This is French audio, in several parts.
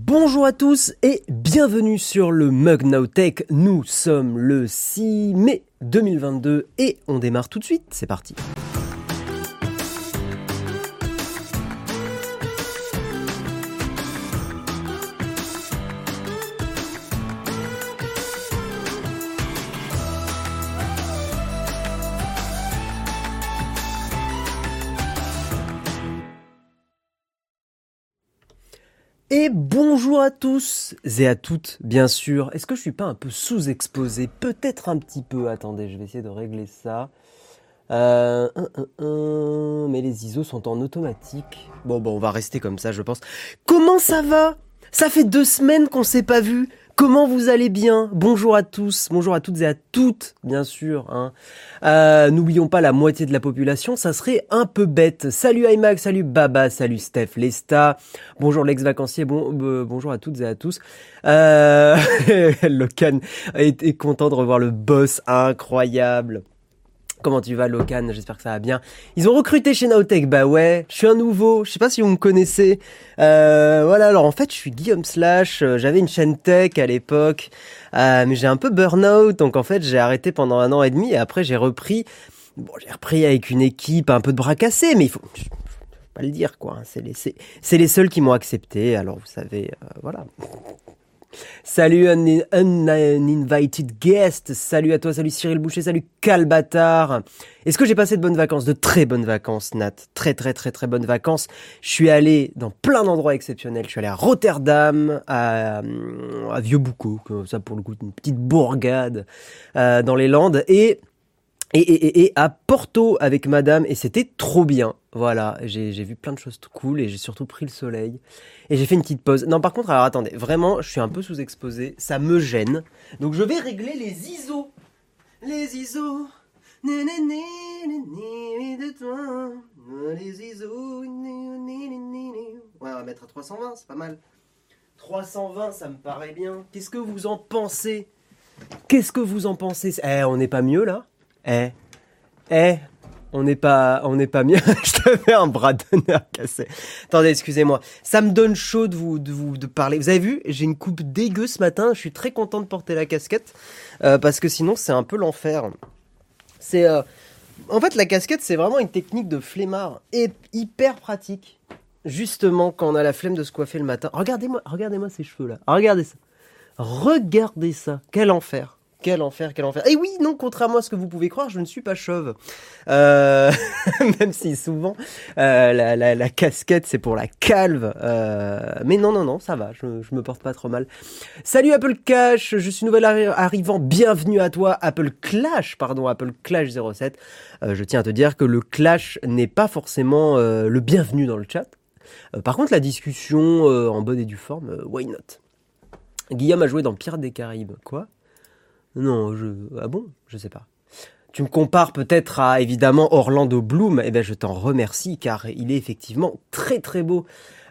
Bonjour à tous et bienvenue sur le Mug Now Tech. Nous sommes le 6 mai 2022 et on démarre tout de suite, c'est parti. Et bonjour à tous et à toutes, bien sûr. Est-ce que je suis pas un peu sous-exposé? Peut-être un petit peu. Attendez, je vais essayer de régler ça. Mais les ISO sont en automatique. Bon, on va rester comme ça, je pense. Comment ça va? Ça fait 2 semaines qu'on s'est pas vu. Comment vous allez bien? Bonjour à tous, bonjour à toutes et à toutes, bien sûr. N'oublions pas la moitié de la population, ça serait un peu bête. Salut iMac, salut Baba, salut Steph, Lesta. Bonjour l'ex-vacancier, bonjour à toutes et à tous. Locan est content de revoir le boss, incroyable. Comment tu vas, Locan? J'espère que ça va bien. Ils ont recruté chez Nowtech. Bah ouais, je suis un nouveau. Je sais pas si vous me connaissez. Voilà, alors en fait, je suis Guillaume Slash. J'avais une chaîne tech à l'époque. Mais j'ai un peu burn-out. Donc en fait, j'ai arrêté pendant 1 an et demi. Et après, j'ai repris. Bon, j'ai repris avec une équipe un peu de bras cassés. Mais il faut pas le dire, quoi. C'est les seuls qui m'ont accepté. Alors, vous savez, voilà. Salut uninvited guest, salut à toi, salut Cyril Boucher, salut Calbatar. Est-ce que j'ai passé de bonnes vacances? De très bonnes vacances, Nat. Très bonnes vacances. Je suis allé dans plein d'endroits exceptionnels. Je suis allé à Rotterdam, à Vieux-Boucau, ça pour le coup, une petite bourgade dans les Landes, et à Porto avec madame, et c'était trop bien. Voilà, j'ai vu plein de choses cool et j'ai surtout pris le soleil. Et j'ai fait une petite pause. Non, par contre, alors attendez, vraiment, je suis un peu sous-exposé, ça me gêne. Donc je vais régler les ISO. Les ISO. Ouais, les ISO. Ouais, on va mettre à 320, c'est pas mal. 320, ça me paraît bien. Qu'est-ce que vous en pensez? On n'est pas mieux là? On n'est pas mieux. Je te fais un bras d'honneur cassé. Attendez, excusez-moi. Ça me donne chaud de parler. Vous avez vu, j'ai une coupe dégueu ce matin. Je suis très content de porter la casquette parce que sinon c'est un peu l'enfer. En fait, la casquette, c'est vraiment une technique de flemmard et hyper pratique. Justement, quand on a la flemme de se coiffer le matin. Regardez-moi ces cheveux là. Regardez ça. Quel enfer. Quel enfer. Et oui, non, contrairement à ce que vous pouvez croire, je ne suis pas chauve. Même si souvent, la casquette, c'est pour la calve. Mais non, ça va, je me porte pas trop mal. Salut Apple Cash, je suis nouvel arrivant, bienvenue à toi. Apple Clash 07. Je tiens à te dire que le clash n'est pas forcément le bienvenu dans le chat. Par contre, la discussion en bonne et due forme, why not? Guillaume a joué dans Pirates des Caraïbes. Quoi? Non, ah bon? Je sais pas. Tu me compares peut-être à, évidemment, Orlando Bloom. Eh ben, je t'en remercie, car il est effectivement très très beau.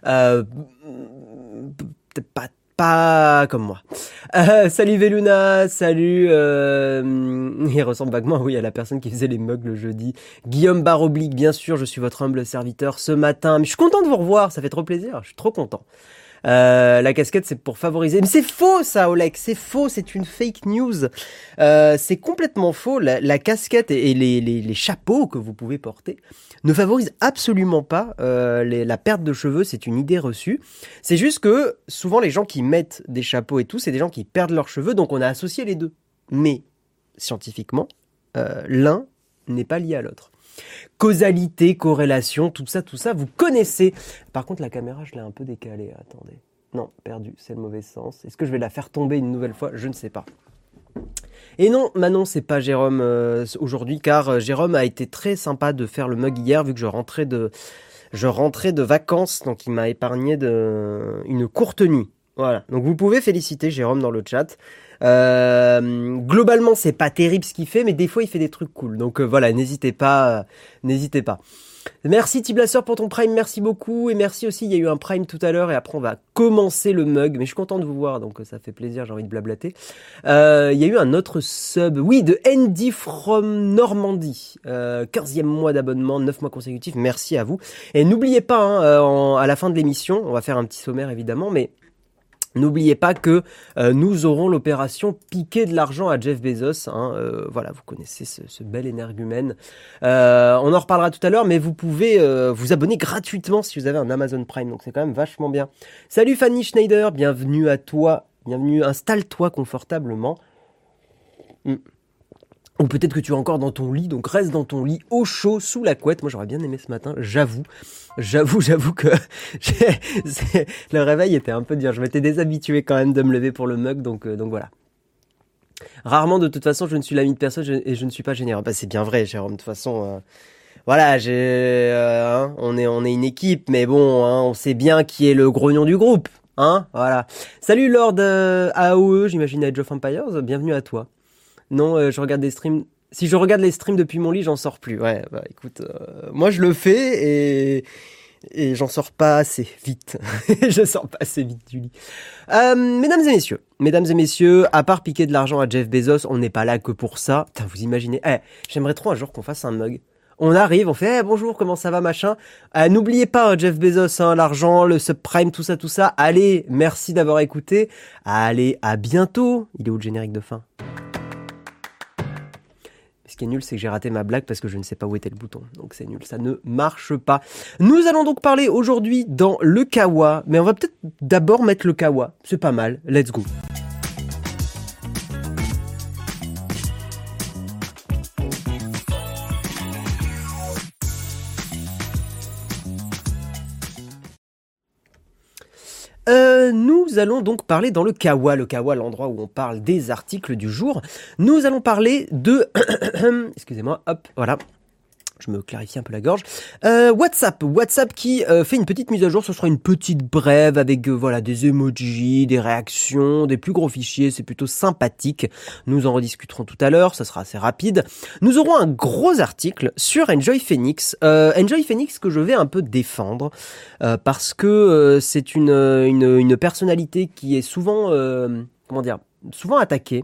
Pas comme moi. Salut Veluna, salut. Il ressemble vaguement, oui, à la personne qui faisait les mugs le jeudi. Guillaume Baroblique, bien sûr, je suis votre humble serviteur ce matin. Mais je suis content de vous revoir, ça fait trop plaisir, je suis trop content. La casquette, c'est pour favoriser. Mais c'est faux, ça, Oleg. C'est faux. C'est une fake news. C'est complètement faux. La casquette et les chapeaux que vous pouvez porter ne favorisent absolument pas la perte de cheveux. C'est une idée reçue. C'est juste que souvent, les gens qui mettent des chapeaux et tout, c'est des gens qui perdent leurs cheveux. Donc, on a associé les deux. Mais scientifiquement, l'un n'est pas lié à l'autre. Causalité, corrélation, tout ça, vous connaissez. Par contre, la caméra, je l'ai un peu décalée. Attendez. Non, perdu, c'est le mauvais sens. Est-ce que je vais la faire tomber une nouvelle fois? Je ne sais pas. Et non, Manon, c'est pas Jérôme aujourd'hui, car Jérôme a été très sympa de faire le mug hier, vu que je rentrais de vacances, donc il m'a épargné une courte nuit. Voilà, donc vous pouvez féliciter Jérôme dans le chat. Globalement, c'est pas terrible ce qu'il fait, mais des fois il fait des trucs cool. Donc voilà, n'hésitez pas. Merci Tiblasseur pour ton prime, merci beaucoup. Et merci aussi, il y a eu un prime tout à l'heure et après on va commencer le mug. Mais je suis content de vous voir, donc ça fait plaisir, j'ai envie de blablater. Il y a eu un autre sub, oui, de Andy from Normandie. 15e mois d'abonnement, 9 mois consécutifs, merci à vous. Et n'oubliez pas, à la fin de l'émission, on va faire un petit sommaire évidemment, mais N'oubliez pas que nous aurons l'opération piquer de l'argent à Jeff Bezos. Voilà, vous connaissez ce bel énergumène. On en reparlera tout à l'heure, mais vous pouvez vous abonner gratuitement si vous avez un Amazon Prime. Donc c'est quand même vachement bien. Salut Fanny Schneider, bienvenue à toi. Bienvenue, installe-toi confortablement. Ou peut-être que tu es encore dans ton lit, donc reste dans ton lit au chaud, sous la couette. Moi, j'aurais bien aimé ce matin, j'avoue que le réveil était un peu dur. Je m'étais déshabitué quand même de me lever pour le mug, donc voilà. Rarement, de toute façon, je ne suis l'ami de personne et je ne suis pas généreux. Bah, c'est bien vrai, Jérôme. De toute façon, voilà, on est une équipe, mais bon, on sait bien qui est le grognon du groupe, voilà. Salut Lord AOE, j'imagine Age of Empires. Bienvenue à toi. Non, je regarde des streams. Si je regarde les streams depuis mon lit, j'en sors plus. Ouais, bah écoute, moi je le fais et j'en sors pas assez vite. Je sors pas assez vite du lit. Mesdames et messieurs, à part piquer de l'argent à Jeff Bezos, on n'est pas là que pour ça. Putain, vous imaginez. J'aimerais trop un jour qu'on fasse un mug. On arrive, on fait bonjour, comment ça va, machin. N'oubliez pas Jeff Bezos, l'argent, le subprime, tout ça. Allez, merci d'avoir écouté. Allez, à bientôt. Il est où le générique de fin? Ce qui est nul, c'est que j'ai raté ma blague parce que je ne sais pas où était le bouton. Donc c'est nul, ça ne marche pas. Nous allons donc parler aujourd'hui dans le Kawa. Mais on va peut-être d'abord mettre le Kawa. C'est pas mal. Let's go. Nous allons donc parler dans le Kawa, l'endroit où on parle des articles du jour. Nous allons parler de... Excusez-moi, hop, voilà. Je me clarifie un peu la gorge. WhatsApp qui fait une petite mise à jour. Ce sera une petite brève avec voilà des emojis, des réactions, des plus gros fichiers. C'est plutôt sympathique. Nous en rediscuterons tout à l'heure. Ça sera assez rapide. Nous aurons un gros article sur Enjoy Phoenix. Enjoy Phoenix que je vais un peu défendre parce que c'est une personnalité qui est souvent souvent attaquée.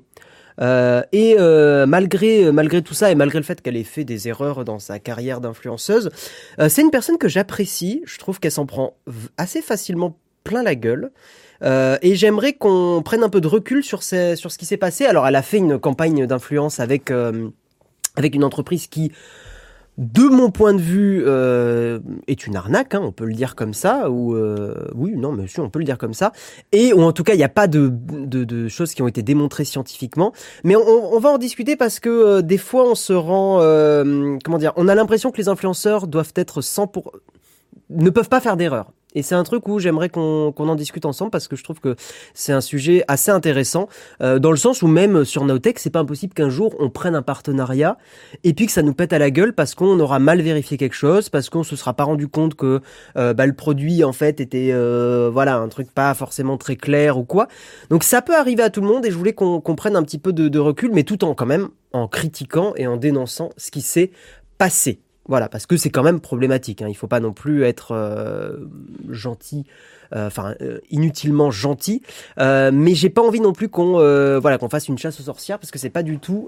Malgré tout ça et malgré le fait qu'elle ait fait des erreurs dans sa carrière d'influenceuse, c'est une personne que j'apprécie. Je trouve qu'elle s'en prend assez facilement plein la gueule. Et j'aimerais qu'on prenne un peu de recul sur ce qui s'est passé. Alors, elle a fait une campagne d'influence avec une entreprise qui, de mon point de vue, est une arnaque, on peut le dire comme ça, oui, non, mais si, on peut le dire comme ça, ou en tout cas, il n'y a pas de choses qui ont été démontrées scientifiquement, mais on va en discuter parce que des fois, on se rend, on a l'impression que les influenceurs doivent être ne peuvent pas faire d'erreur. Et c'est un truc où j'aimerais qu'on en discute ensemble parce que je trouve que c'est un sujet assez intéressant dans le sens où même sur Nowtech, c'est pas impossible qu'un jour on prenne un partenariat et puis que ça nous pète à la gueule parce qu'on aura mal vérifié quelque chose, parce qu'on se sera pas rendu compte que le produit en fait était un truc pas forcément très clair ou quoi. Donc ça peut arriver à tout le monde et je voulais qu'on prenne un petit peu de recul, mais tout en quand même en critiquant et en dénonçant ce qui s'est passé. Voilà, parce que c'est quand même problématique. Il faut pas non plus être gentil, inutilement gentil. Mais j'ai pas envie non plus qu'on fasse une chasse aux sorcières parce que c'est pas du tout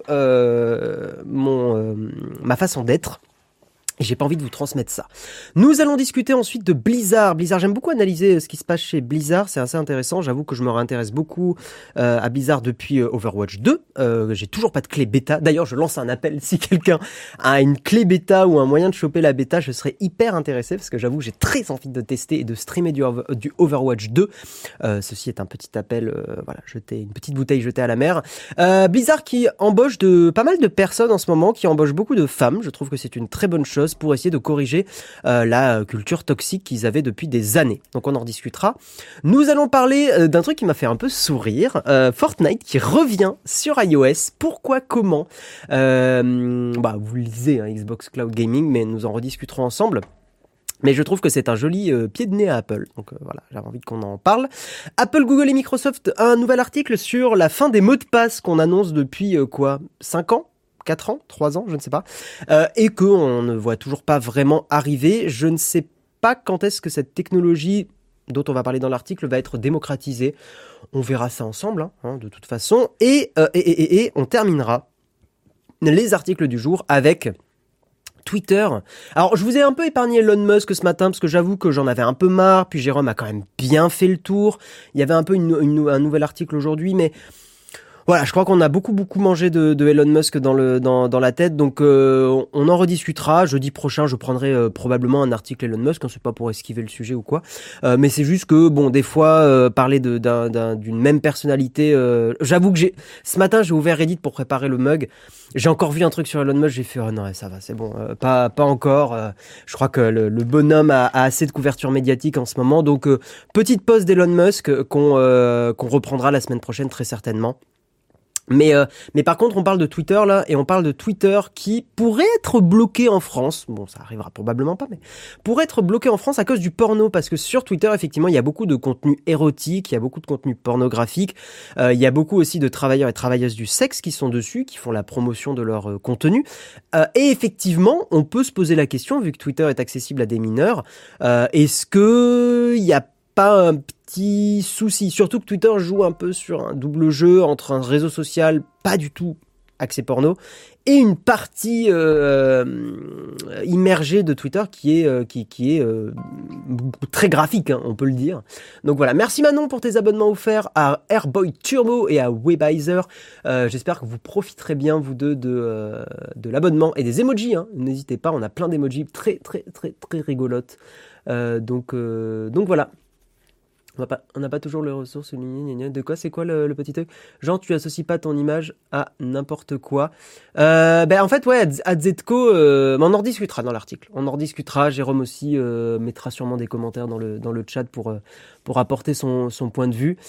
ma façon d'être. Et j'ai pas envie de vous transmettre ça. Nous allons discuter ensuite de Blizzard. J'aime beaucoup analyser ce qui se passe chez Blizzard, c'est assez intéressant. J'avoue que je me réintéresse beaucoup à Blizzard depuis Overwatch 2. J'ai toujours pas de clé bêta. D'ailleurs, je lance un appel. Si quelqu'un a une clé bêta ou un moyen de choper la bêta, je serais hyper intéressé parce que j'avoue que j'ai très envie de tester et de streamer du Overwatch 2. Ceci est un petit appel, une petite bouteille jetée à la mer. Blizzard qui embauche pas mal de personnes en ce moment, qui embauche beaucoup de femmes. Je trouve que c'est une très bonne chose pour essayer de corriger la culture toxique qu'ils avaient depuis des années. Donc on en discutera. Nous allons parler d'un truc qui m'a fait un peu sourire. Fortnite qui revient sur iOS. Pourquoi, comment vous le lisez, Xbox Cloud Gaming, mais nous en rediscuterons ensemble. Mais je trouve que c'est un joli pied de nez à Apple. Donc j'avais envie qu'on en parle. Apple, Google et Microsoft, un nouvel article sur la fin des mots de passe qu'on annonce depuis 5 ans 4 ans, 3 ans, je ne sais pas, et qu'on ne voit toujours pas vraiment arriver. Je ne sais pas quand est-ce que cette technologie dont on va parler dans l'article va être démocratisée. On verra ça ensemble, de toute façon. Et on terminera les articles du jour avec Twitter. Alors, je vous ai un peu épargné Elon Musk ce matin parce que j'avoue que j'en avais un peu marre. Puis Jérôme a quand même bien fait le tour. Il y avait un peu un nouvel article aujourd'hui, mais voilà, je crois qu'on a beaucoup mangé de Elon Musk dans la tête. Donc, on en rediscutera. Jeudi prochain, je prendrai probablement un article Elon Musk. C'est pas pour esquiver le sujet ou quoi, mais c'est juste que bon, des fois, parler d'une même personnalité. J'avoue que ce matin, j'ai ouvert Reddit pour préparer le mug. J'ai encore vu un truc sur Elon Musk, j'ai fait oh non, ça va, c'est bon, pas encore. Je crois que le bonhomme a assez de couverture médiatique en ce moment, donc petite pause d'Elon Musk qu'on reprendra la semaine prochaine très certainement. Mais par contre, on parle de Twitter là, et on parle de Twitter qui pourrait être bloqué en France. Bon, ça arrivera probablement pas, mais pourrait être bloqué en France à cause du porno, parce que sur Twitter, effectivement, il y a beaucoup de contenu érotique, il y a beaucoup de contenu pornographique, il y a beaucoup aussi de travailleurs et travailleuses du sexe qui sont dessus, qui font la promotion de leur contenu. Et effectivement, on peut se poser la question, vu que Twitter est accessible à des mineurs, est-ce que il y a pas un petit souci, surtout que Twitter joue un peu sur un double jeu entre un réseau social pas du tout axé porno et une partie immergée de Twitter qui est très graphique, hein, on peut le dire. Donc voilà, merci Manon pour tes abonnements offerts à Airboy Turbo et à Webizer. J'espère que vous profiterez bien vous deux de l'abonnement et des emojis, hein. N'hésitez pas, on a plein d'emojis très rigolotes. Donc voilà. On n'a pas toujours les ressources soulignées. De quoi, c'est quoi le petit truc? Genre, tu associes pas ton image à n'importe quoi. En fait, ouais, à Zetco, on en rediscutera dans l'article. On en rediscutera. Jérôme aussi mettra sûrement des commentaires dans le chat pour apporter son point de vue.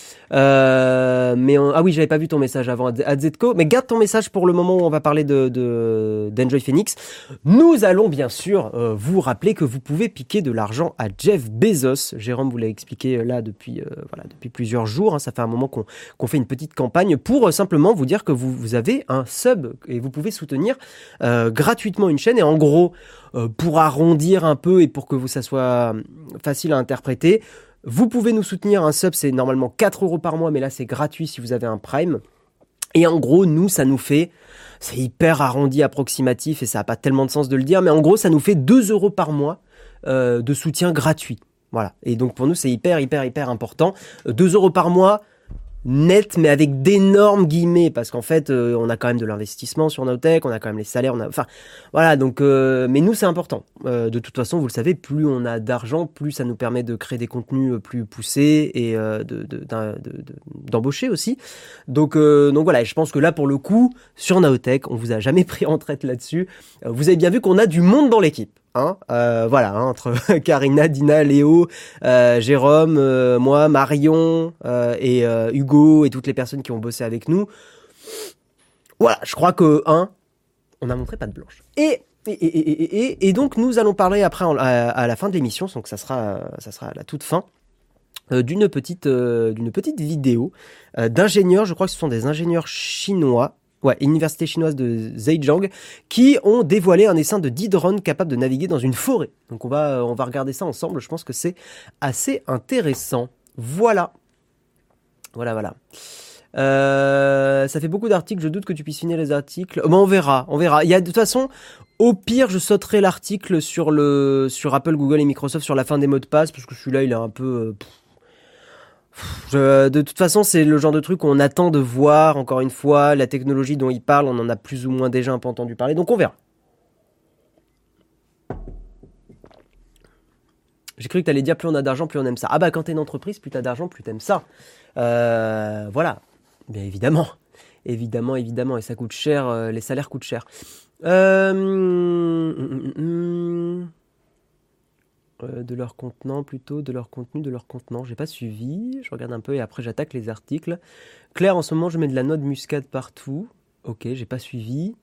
Ah oui, j'avais pas vu ton message avant à Zetco. Mais garde ton message pour le moment où on va parler d'Enjoy Phoenix. Nous allons bien sûr vous rappeler que vous pouvez piquer de l'argent à Jeff Bezos. Jérôme vous l'a expliqué là depuis plusieurs jours, hein. Ça fait un moment qu'on fait une petite campagne pour simplement vous dire que vous avez un sub et vous pouvez soutenir gratuitement une chaîne. Et en gros, pour arrondir un peu et pour que ça soit facile à interpréter, vous pouvez nous soutenir. Un sub, c'est normalement 4 € par mois, mais là c'est gratuit si vous avez un Prime. Et en gros, nous, ça nous fait, c'est hyper arrondi, approximatif, et ça n'a pas tellement de sens de le dire, mais en gros, ça nous fait 2 € par mois de soutien gratuit. Voilà. Et donc pour nous, c'est hyper important. 2 € par mois, net, mais avec d'énormes guillemets, parce qu'en fait, on a quand même de l'investissement sur Nowtech, on a quand même les salaires, enfin, voilà, donc, mais nous, c'est important. De toute façon, vous le savez, plus on a d'argent, plus ça nous permet de créer des contenus plus poussés et d'embaucher aussi. Donc voilà, et je pense que là, pour le coup, sur Nowtech, on vous a jamais pris en traite là-dessus. Vous avez bien vu qu'on a du monde dans l'équipe. Voilà, hein, entre Karina, Dina, Léo, Jérôme, moi, Marion et Hugo et toutes les personnes qui ont bossé avec nous. Voilà, je crois que on a montré pas de blanche. Et donc nous allons parler après à la fin de l'émission, donc ça sera à la toute fin. D'une petite vidéo d'ingénieurs, je crois que ce sont des ingénieurs chinois. Ouais, université chinoise de Zhejiang, qui ont dévoilé un essaim de 10 drones capables de naviguer dans une forêt. Donc on va regarder ça ensemble, je pense que c'est assez intéressant. Voilà. Ça fait beaucoup d'articles, je doute que tu puisses finir les articles. Bon, on verra. Il y a de toute façon, au pire, je sauterai l'article sur Apple, Google et Microsoft sur la fin des mots de passe, parce que celui-là, il est un peu... de toute façon, c'est le genre de truc qu'on attend de voir, encore une fois, la technologie dont il parle, on en a plus ou moins déjà un peu entendu parler, donc on verra. J'ai cru que t'allais dire plus on a d'argent, plus on aime ça. Ah bah quand t'es une entreprise, plus t'as d'argent, plus t'aimes ça. Voilà, bien évidemment, et ça coûte cher, les salaires coûtent cher. De leur contenant plutôt, de leur contenu, de leur contenant. J'ai pas suivi, je regarde un peu et après j'attaque les articles. Claire, en ce moment je mets de la noix de muscade partout. Ok, j'ai pas suivi.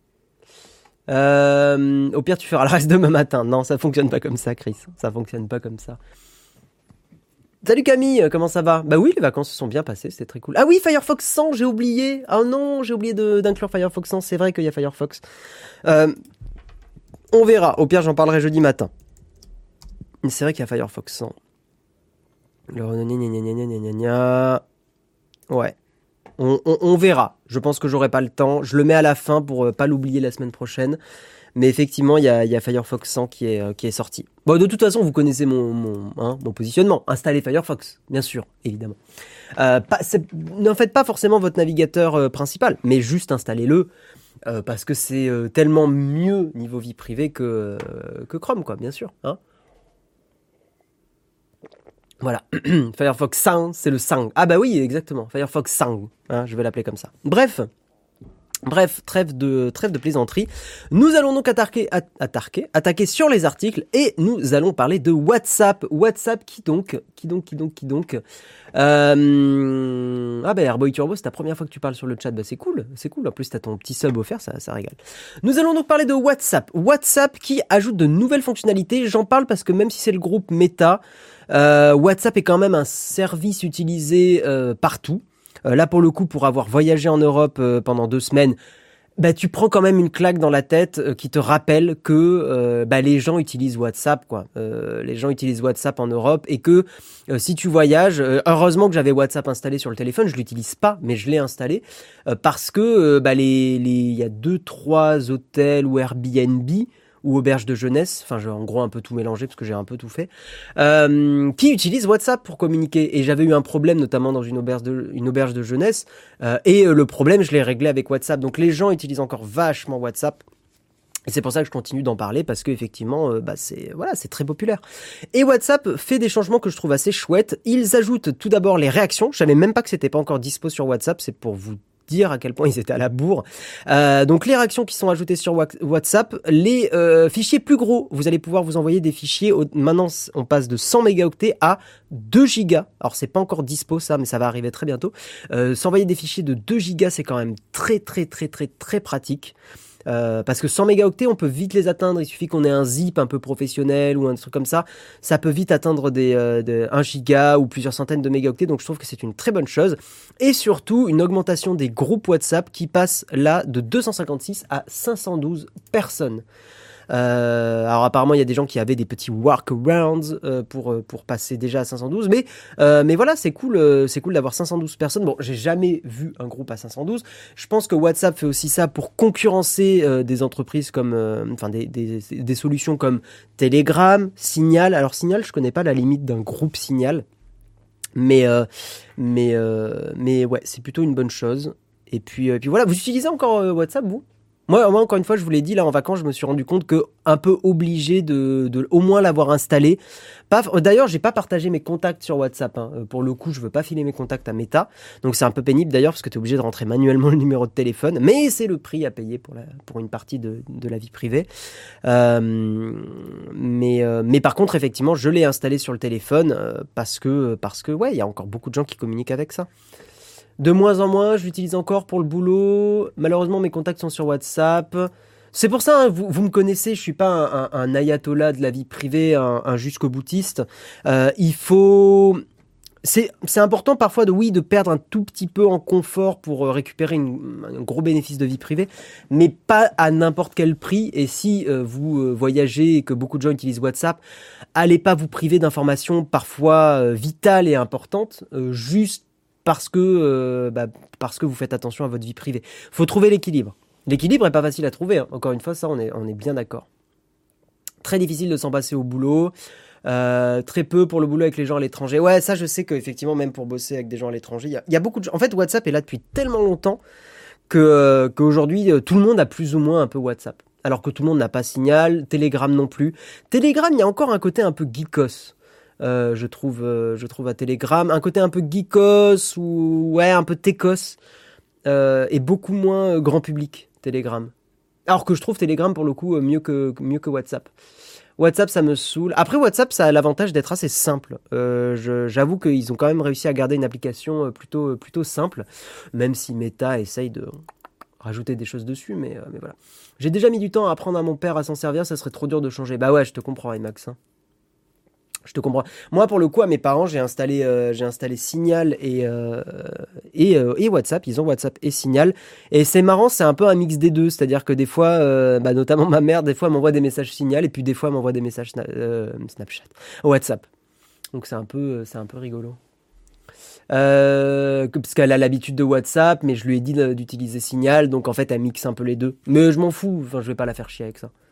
Au pire tu feras le reste demain matin. Non, ça fonctionne pas comme ça, Chris. Ça fonctionne pas comme ça. Salut Camille, comment ça va? Bah oui, les vacances se sont bien passées, c'était très cool. Ah oui, Firefox 100, j'ai oublié. Ah non, j'ai oublié d'inclure Firefox 100, c'est vrai qu'il y a Firefox. On verra, au pire j'en parlerai jeudi matin. C'est vrai qu'il y a Firefox 100. Le ouais. On verra. Je pense que j'aurai pas le temps. Je le mets à la fin pour pas l'oublier la semaine prochaine. Mais effectivement, il y a Firefox 100 qui est sorti. Bon, de toute façon, vous connaissez mon positionnement. Installez Firefox, bien sûr, évidemment. N'en faites pas forcément votre navigateur principal, mais juste installez-le. Parce que c'est tellement mieux niveau vie privée que Chrome, quoi, bien sûr. Hein. Voilà, Firefox 100, c'est le 100. Ah bah oui, exactement, Firefox 100, hein, je vais l'appeler comme ça. Bref, trêve de plaisanterie. Nous allons donc attaquer sur les articles et nous allons parler de WhatsApp. WhatsApp qui donc Ah bah Airboy Turbo, c'est ta première fois que tu parles sur le chat, bah c'est cool. En plus t'as ton petit sub offert, ça régale. Nous allons donc parler de WhatsApp. WhatsApp qui ajoute de nouvelles fonctionnalités. J'en parle parce que même si c'est le groupe Meta, WhatsApp est quand même un service utilisé partout. Là, pour le coup, pour avoir voyagé en Europe pendant 2 semaines, bah tu prends quand même une claque dans la tête qui te rappelle que les gens utilisent WhatsApp, quoi. Les gens utilisent WhatsApp en Europe et que si tu voyages, heureusement que j'avais WhatsApp installé sur le téléphone, je l'utilise pas, mais je l'ai installé parce que il y a 2-3 hôtels ou Airbnb ou auberge de jeunesse, enfin j'ai en gros un peu tout mélangé parce que j'ai un peu tout fait, qui utilisent WhatsApp pour communiquer. Et j'avais eu un problème notamment dans une auberge de jeunesse, et le problème je l'ai réglé avec WhatsApp. Donc les gens utilisent encore vachement WhatsApp. Et c'est pour ça que je continue d'en parler parce que effectivement, c'est très populaire. Et WhatsApp fait des changements que je trouve assez chouettes. Ils ajoutent tout d'abord les réactions. Je savais même pas que c'était pas encore dispo sur WhatsApp. C'est pour vous dire à quel point ils étaient à la bourre. Donc les réactions qui sont ajoutées sur WhatsApp, les fichiers plus gros, vous allez pouvoir vous envoyer des fichiers. Maintenant, on passe de 100 mégaoctets à 2 gigas. Alors c'est pas encore dispo ça, mais ça va arriver très bientôt. S'envoyer des fichiers de 2 gigas, c'est quand même très pratique. Parce que 100 mégaoctets, on peut vite les atteindre. Il suffit qu'on ait un zip un peu professionnel ou un truc comme ça. Ça peut vite atteindre des 1 giga ou plusieurs centaines de mégaoctets. Donc je trouve que c'est une très bonne chose. Et surtout, une augmentation des groupes WhatsApp qui passe là de 256 à 512 personnes. Alors apparemment il y a des gens qui avaient des petits workarounds pour passer déjà à 512, mais voilà, c'est cool d'avoir 512 personnes. Bon, j'ai jamais vu un groupe à 512. Je pense que WhatsApp fait aussi ça pour concurrencer des entreprises comme des solutions comme Telegram, Signal. Alors Signal, je connais pas la limite d'un groupe Signal, mais ouais, c'est plutôt une bonne chose. Et puis voilà, vous utilisez encore WhatsApp, vous ? Moi, encore une fois, je vous l'ai dit, là, en vacances, je me suis rendu compte que un peu obligé de au moins l'avoir installé. D'ailleurs, j'ai pas partagé mes contacts sur WhatsApp. Hein. Pour le coup, je veux pas filer mes contacts à Meta. Donc, c'est un peu pénible d'ailleurs, parce que tu es obligé de rentrer manuellement le numéro de téléphone. Mais c'est le prix à payer pour une partie de la vie privée. Mais par contre, effectivement, je l'ai installé sur le téléphone parce que ouais, il y a encore beaucoup de gens qui communiquent avec ça. De moins en moins, je l'utilise encore pour le boulot. Malheureusement, mes contacts sont sur WhatsApp. C'est pour ça, hein, vous me connaissez, je suis pas un ayatollah de la vie privée, un jusqu'au boutiste. C'est important parfois de perdre un tout petit peu en confort pour récupérer un gros bénéfice de vie privée, mais pas à n'importe quel prix. Et si vous voyagez et que beaucoup de gens utilisent WhatsApp, allez pas vous priver d'informations parfois vitales et importantes, juste parce que vous faites attention à votre vie privée. Faut trouver l'équilibre. L'équilibre est pas facile à trouver, hein. Encore une fois, ça, on est bien d'accord. Très difficile de s'en passer au boulot. Très peu pour le boulot avec les gens à l'étranger. Ouais, ça, je sais qu'effectivement, même pour bosser avec des gens à l'étranger, il y a beaucoup de gens. En fait, WhatsApp est là depuis tellement longtemps qu'aujourd'hui, tout le monde a plus ou moins un peu WhatsApp. Alors que tout le monde n'a pas Signal, Telegram non plus. Telegram, il y a encore un côté un peu geekos. Je trouve à Telegram un côté un peu geekos ou ouais un peu techos et beaucoup moins grand public Telegram. Alors que je trouve Telegram pour le coup mieux que WhatsApp. WhatsApp ça me saoule. Après WhatsApp ça a l'avantage d'être assez simple. J'avoue qu'ils ont quand même réussi à garder une application plutôt simple, même si Meta essaye de rajouter des choses dessus, mais voilà. J'ai déjà mis du temps à apprendre à mon père à s'en servir, ça serait trop dur de changer. Bah ouais, je te comprends, Max. Hein. Je te comprends. Moi, pour le coup, à mes parents, j'ai installé Signal et WhatsApp. Ils ont WhatsApp et Signal. Et c'est marrant, c'est un peu un mix des deux. C'est-à-dire que des fois, notamment ma mère, des fois, elle m'envoie des messages Signal et puis des fois, elle m'envoie des messages Snapchat, WhatsApp. Donc c'est un peu rigolo. Parce qu'elle a l'habitude de WhatsApp, mais je lui ai dit d'utiliser Signal, donc en fait, elle mixe un peu les deux. Mais je m'en fous. Enfin, je vais pas la faire chier avec ça.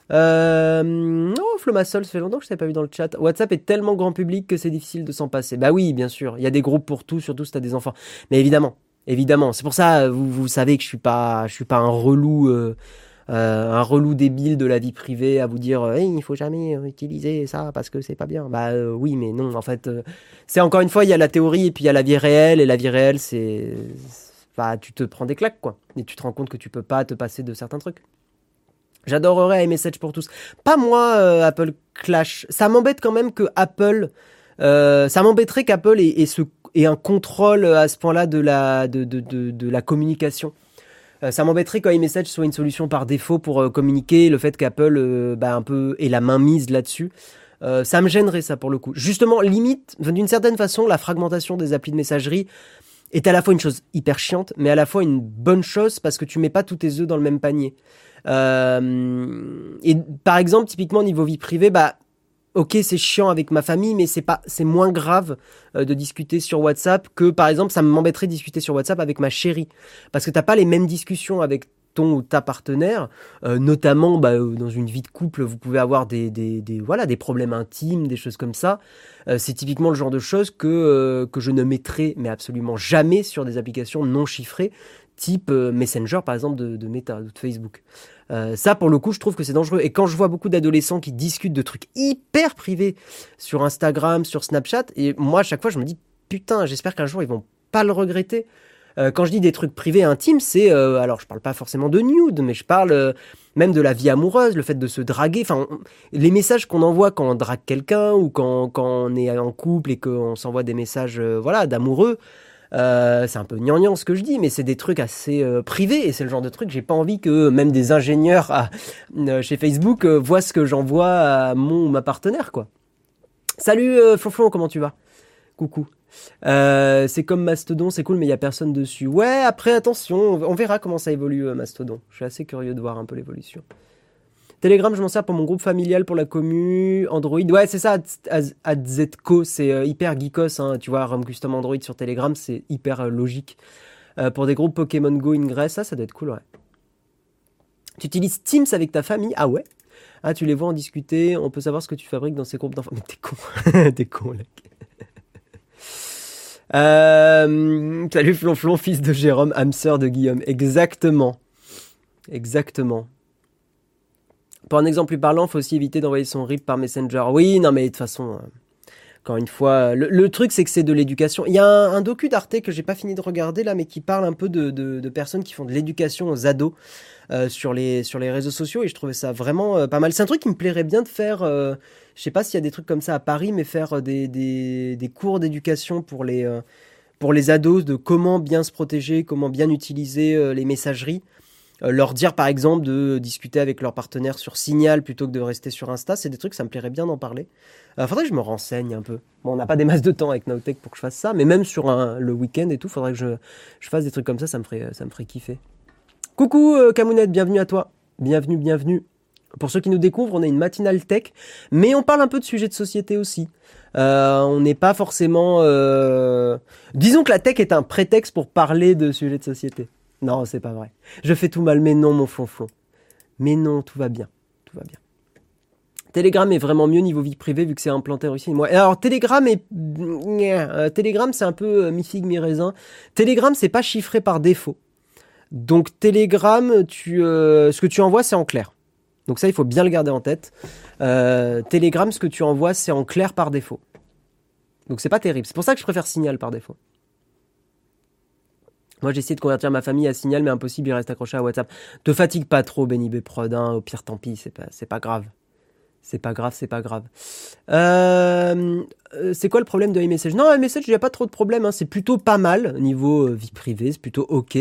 Oh, Flomassol, ça fait longtemps que je t'avais pas vu dans le chat. WhatsApp est tellement grand public que c'est difficile de s'en passer. Bah oui, bien sûr. Il y a des groupes pour tout, surtout si t'as des enfants. Mais évidemment, évidemment. C'est pour ça, vous savez que je suis pas un relou débile de la vie privée à vous dire, hey, il faut jamais utiliser ça parce que c'est pas bien. Bah oui, mais non. En fait, c'est encore une fois, il y a la théorie et puis il y a la vie réelle. Et la vie réelle, bah, tu te prends des claques, quoi. Et tu te rends compte que tu peux pas te passer de certains trucs. J'adorerais iMessage pour tous. Pas moi, Apple Clash. Ça m'embête quand même que Apple. Ça m'embêterait qu'Apple ait un contrôle à ce point-là de la communication. Ça m'embêterait quand iMessage soit une solution par défaut pour communiquer. Le fait qu'Apple un peu ait la main mise là-dessus. Ça me gênerait ça pour le coup. Justement, limite, d'une certaine façon, la fragmentation des applis de messagerie est à la fois une chose hyper chiante, mais à la fois une bonne chose parce que tu mets pas tous tes œufs dans le même panier. Et par exemple, typiquement niveau vie privée, bah ok, c'est chiant avec ma famille, mais c'est moins grave de discuter sur WhatsApp que par exemple, ça m'embêterait de discuter sur WhatsApp avec ma chérie, parce que t'as pas les mêmes discussions avec ton ou ta partenaire, notamment dans une vie de couple, vous pouvez avoir des problèmes intimes, des choses comme ça. C'est typiquement le genre de choses que je ne mettrai mais absolument jamais sur des applications non chiffrées, type Messenger par exemple de Meta, de Facebook. Ça pour le coup je trouve que c'est dangereux, et quand je vois beaucoup d'adolescents qui discutent de trucs hyper privés sur Instagram, sur Snapchat, et moi à chaque fois je me dis putain, j'espère qu'un jour ils vont pas le regretter. Quand je dis des trucs privés intimes, c'est alors je parle pas forcément de nude, mais je parle même de la vie amoureuse, le fait de se draguer, enfin les messages qu'on envoie quand on drague quelqu'un ou quand on est en couple et qu'on s'envoie des messages d'amoureux. C'est un peu gnangnan ce que je dis, mais c'est des trucs assez privés, et c'est le genre de truc que j'ai pas envie que même des ingénieurs chez Facebook voient ce que j'envoie à mon ou ma partenaire, quoi. Salut Flonflon, comment tu vas? Coucou. C'est comme Mastodon, c'est cool, mais il y a personne dessus. Ouais, après attention, on verra comment ça évolue Mastodon. Je suis assez curieux de voir un peu l'évolution. Telegram, je m'en sers pour mon groupe familial, pour la commu, Android. Ouais, c'est ça, AZCO, c'est hyper geekos, hein. Tu vois, Run Custom Android sur Telegram, c'est hyper logique. Pour des groupes Pokémon Go, Ingress, ça doit être cool, ouais. Tu utilises Teams avec ta famille? Ah ouais? Ah, tu les vois en discuter, on peut savoir ce que tu fabriques dans ces groupes d'enfants. Mais t'es con, t'es con, là. Salut Flonflon, fils de Jérôme, âme sœur de Guillaume. Exactement. Exactement. Pour un exemple plus parlant, faut aussi éviter d'envoyer son RIP par Messenger. Oui, non mais de toute façon, encore une fois, le truc c'est que c'est de l'éducation. Il y a un docu d'Arte que j'ai pas fini de regarder là, mais qui parle un peu de personnes qui font de l'éducation aux ados sur les réseaux sociaux, et je trouvais ça vraiment pas mal. C'est un truc qui me plairait bien de faire. Je sais pas s'il y a des trucs comme ça à Paris, mais faire des cours d'éducation pour les ados, de comment bien se protéger, comment bien utiliser les messageries. Leur dire par exemple de discuter avec leur partenaire sur Signal plutôt que de rester sur Insta, c'est des trucs, ça me plairait bien d'en parler. Faudrait que je me renseigne un peu. Bon, on n'a pas des masses de temps avec Nowtech pour que je fasse ça, mais même sur le week-end et tout, faudrait que je fasse des trucs comme ça, ça me ferait kiffer. Coucou Camounette, bienvenue à toi. Bienvenue. Pour ceux qui nous découvrent, on a une matinale tech, mais on parle un peu de sujets de société aussi. On n'est pas forcément... Disons que la tech est un prétexte pour parler de sujets de société. Non, c'est pas vrai. Je fais tout mal, mais non, mon flonflon. Mais non, tout va bien. Telegram est vraiment mieux niveau vie privée vu que c'est implanté en Russie. Alors, Telegram, c'est un peu mi-figue, mi-raisin. Telegram, c'est pas chiffré par défaut. Donc, Telegram, ce que tu envoies, c'est en clair. Donc ça, il faut bien le garder en tête. Telegram, ce que tu envoies, c'est en clair par défaut. Donc, c'est pas terrible. C'est pour ça que je préfère Signal par défaut. Moi, j'ai essayé de convertir ma famille à Signal, mais impossible, il reste accroché à WhatsApp. Te fatigue pas trop, Benny B Prod, hein. Au pire, tant pis, c'est pas grave. C'est pas grave. C'est quoi le problème de iMessage? Non, iMessage, il n'y a pas trop de problème, hein. C'est plutôt pas mal, niveau vie privée, c'est plutôt ok.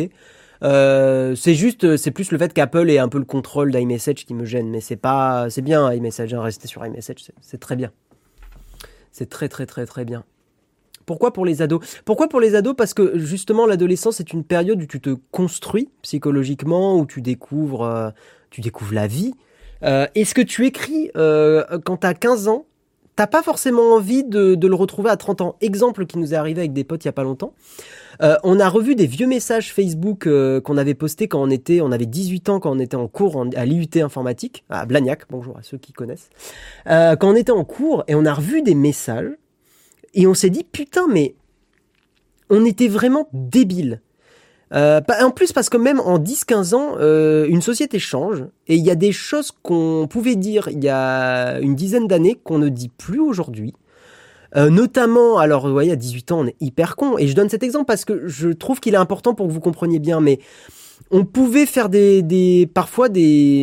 C'est plus le fait qu'Apple ait un peu le contrôle d'iMessage qui me gêne, mais c'est bien iMessage, hein. Rester sur iMessage, c'est très bien. C'est très bien. Pourquoi pour les ados? Parce que justement l'adolescence est une période où tu te construis psychologiquement, où tu découvres la vie. Et ce que tu écris quand t'as 15 ans, t'as pas forcément envie de le retrouver à 30 ans. Exemple qui nous est arrivé avec des potes il y a pas longtemps. On a revu des vieux messages Facebook qu'on avait postés quand on avait 18 ans, quand on était en cours à l'IUT informatique, à Blagnac, bonjour à ceux qui connaissent. Quand on était en cours, et on a revu des messages, et on s'est dit, putain, mais on était vraiment débiles. En plus, parce que même en 10-15 ans, une société change, et il y a des choses qu'on pouvait dire il y a une dizaine d'années qu'on ne dit plus aujourd'hui. Notamment, alors vous voyez, à 18 ans, on est hyper con. Et je donne cet exemple parce que je trouve qu'il est important pour que vous compreniez bien. Mais on pouvait faire parfois des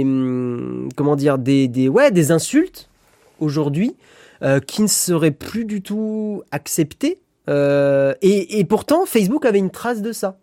insultes aujourd'hui qui ne seraient plus du tout acceptées. Et pourtant, Facebook avait une trace de ça.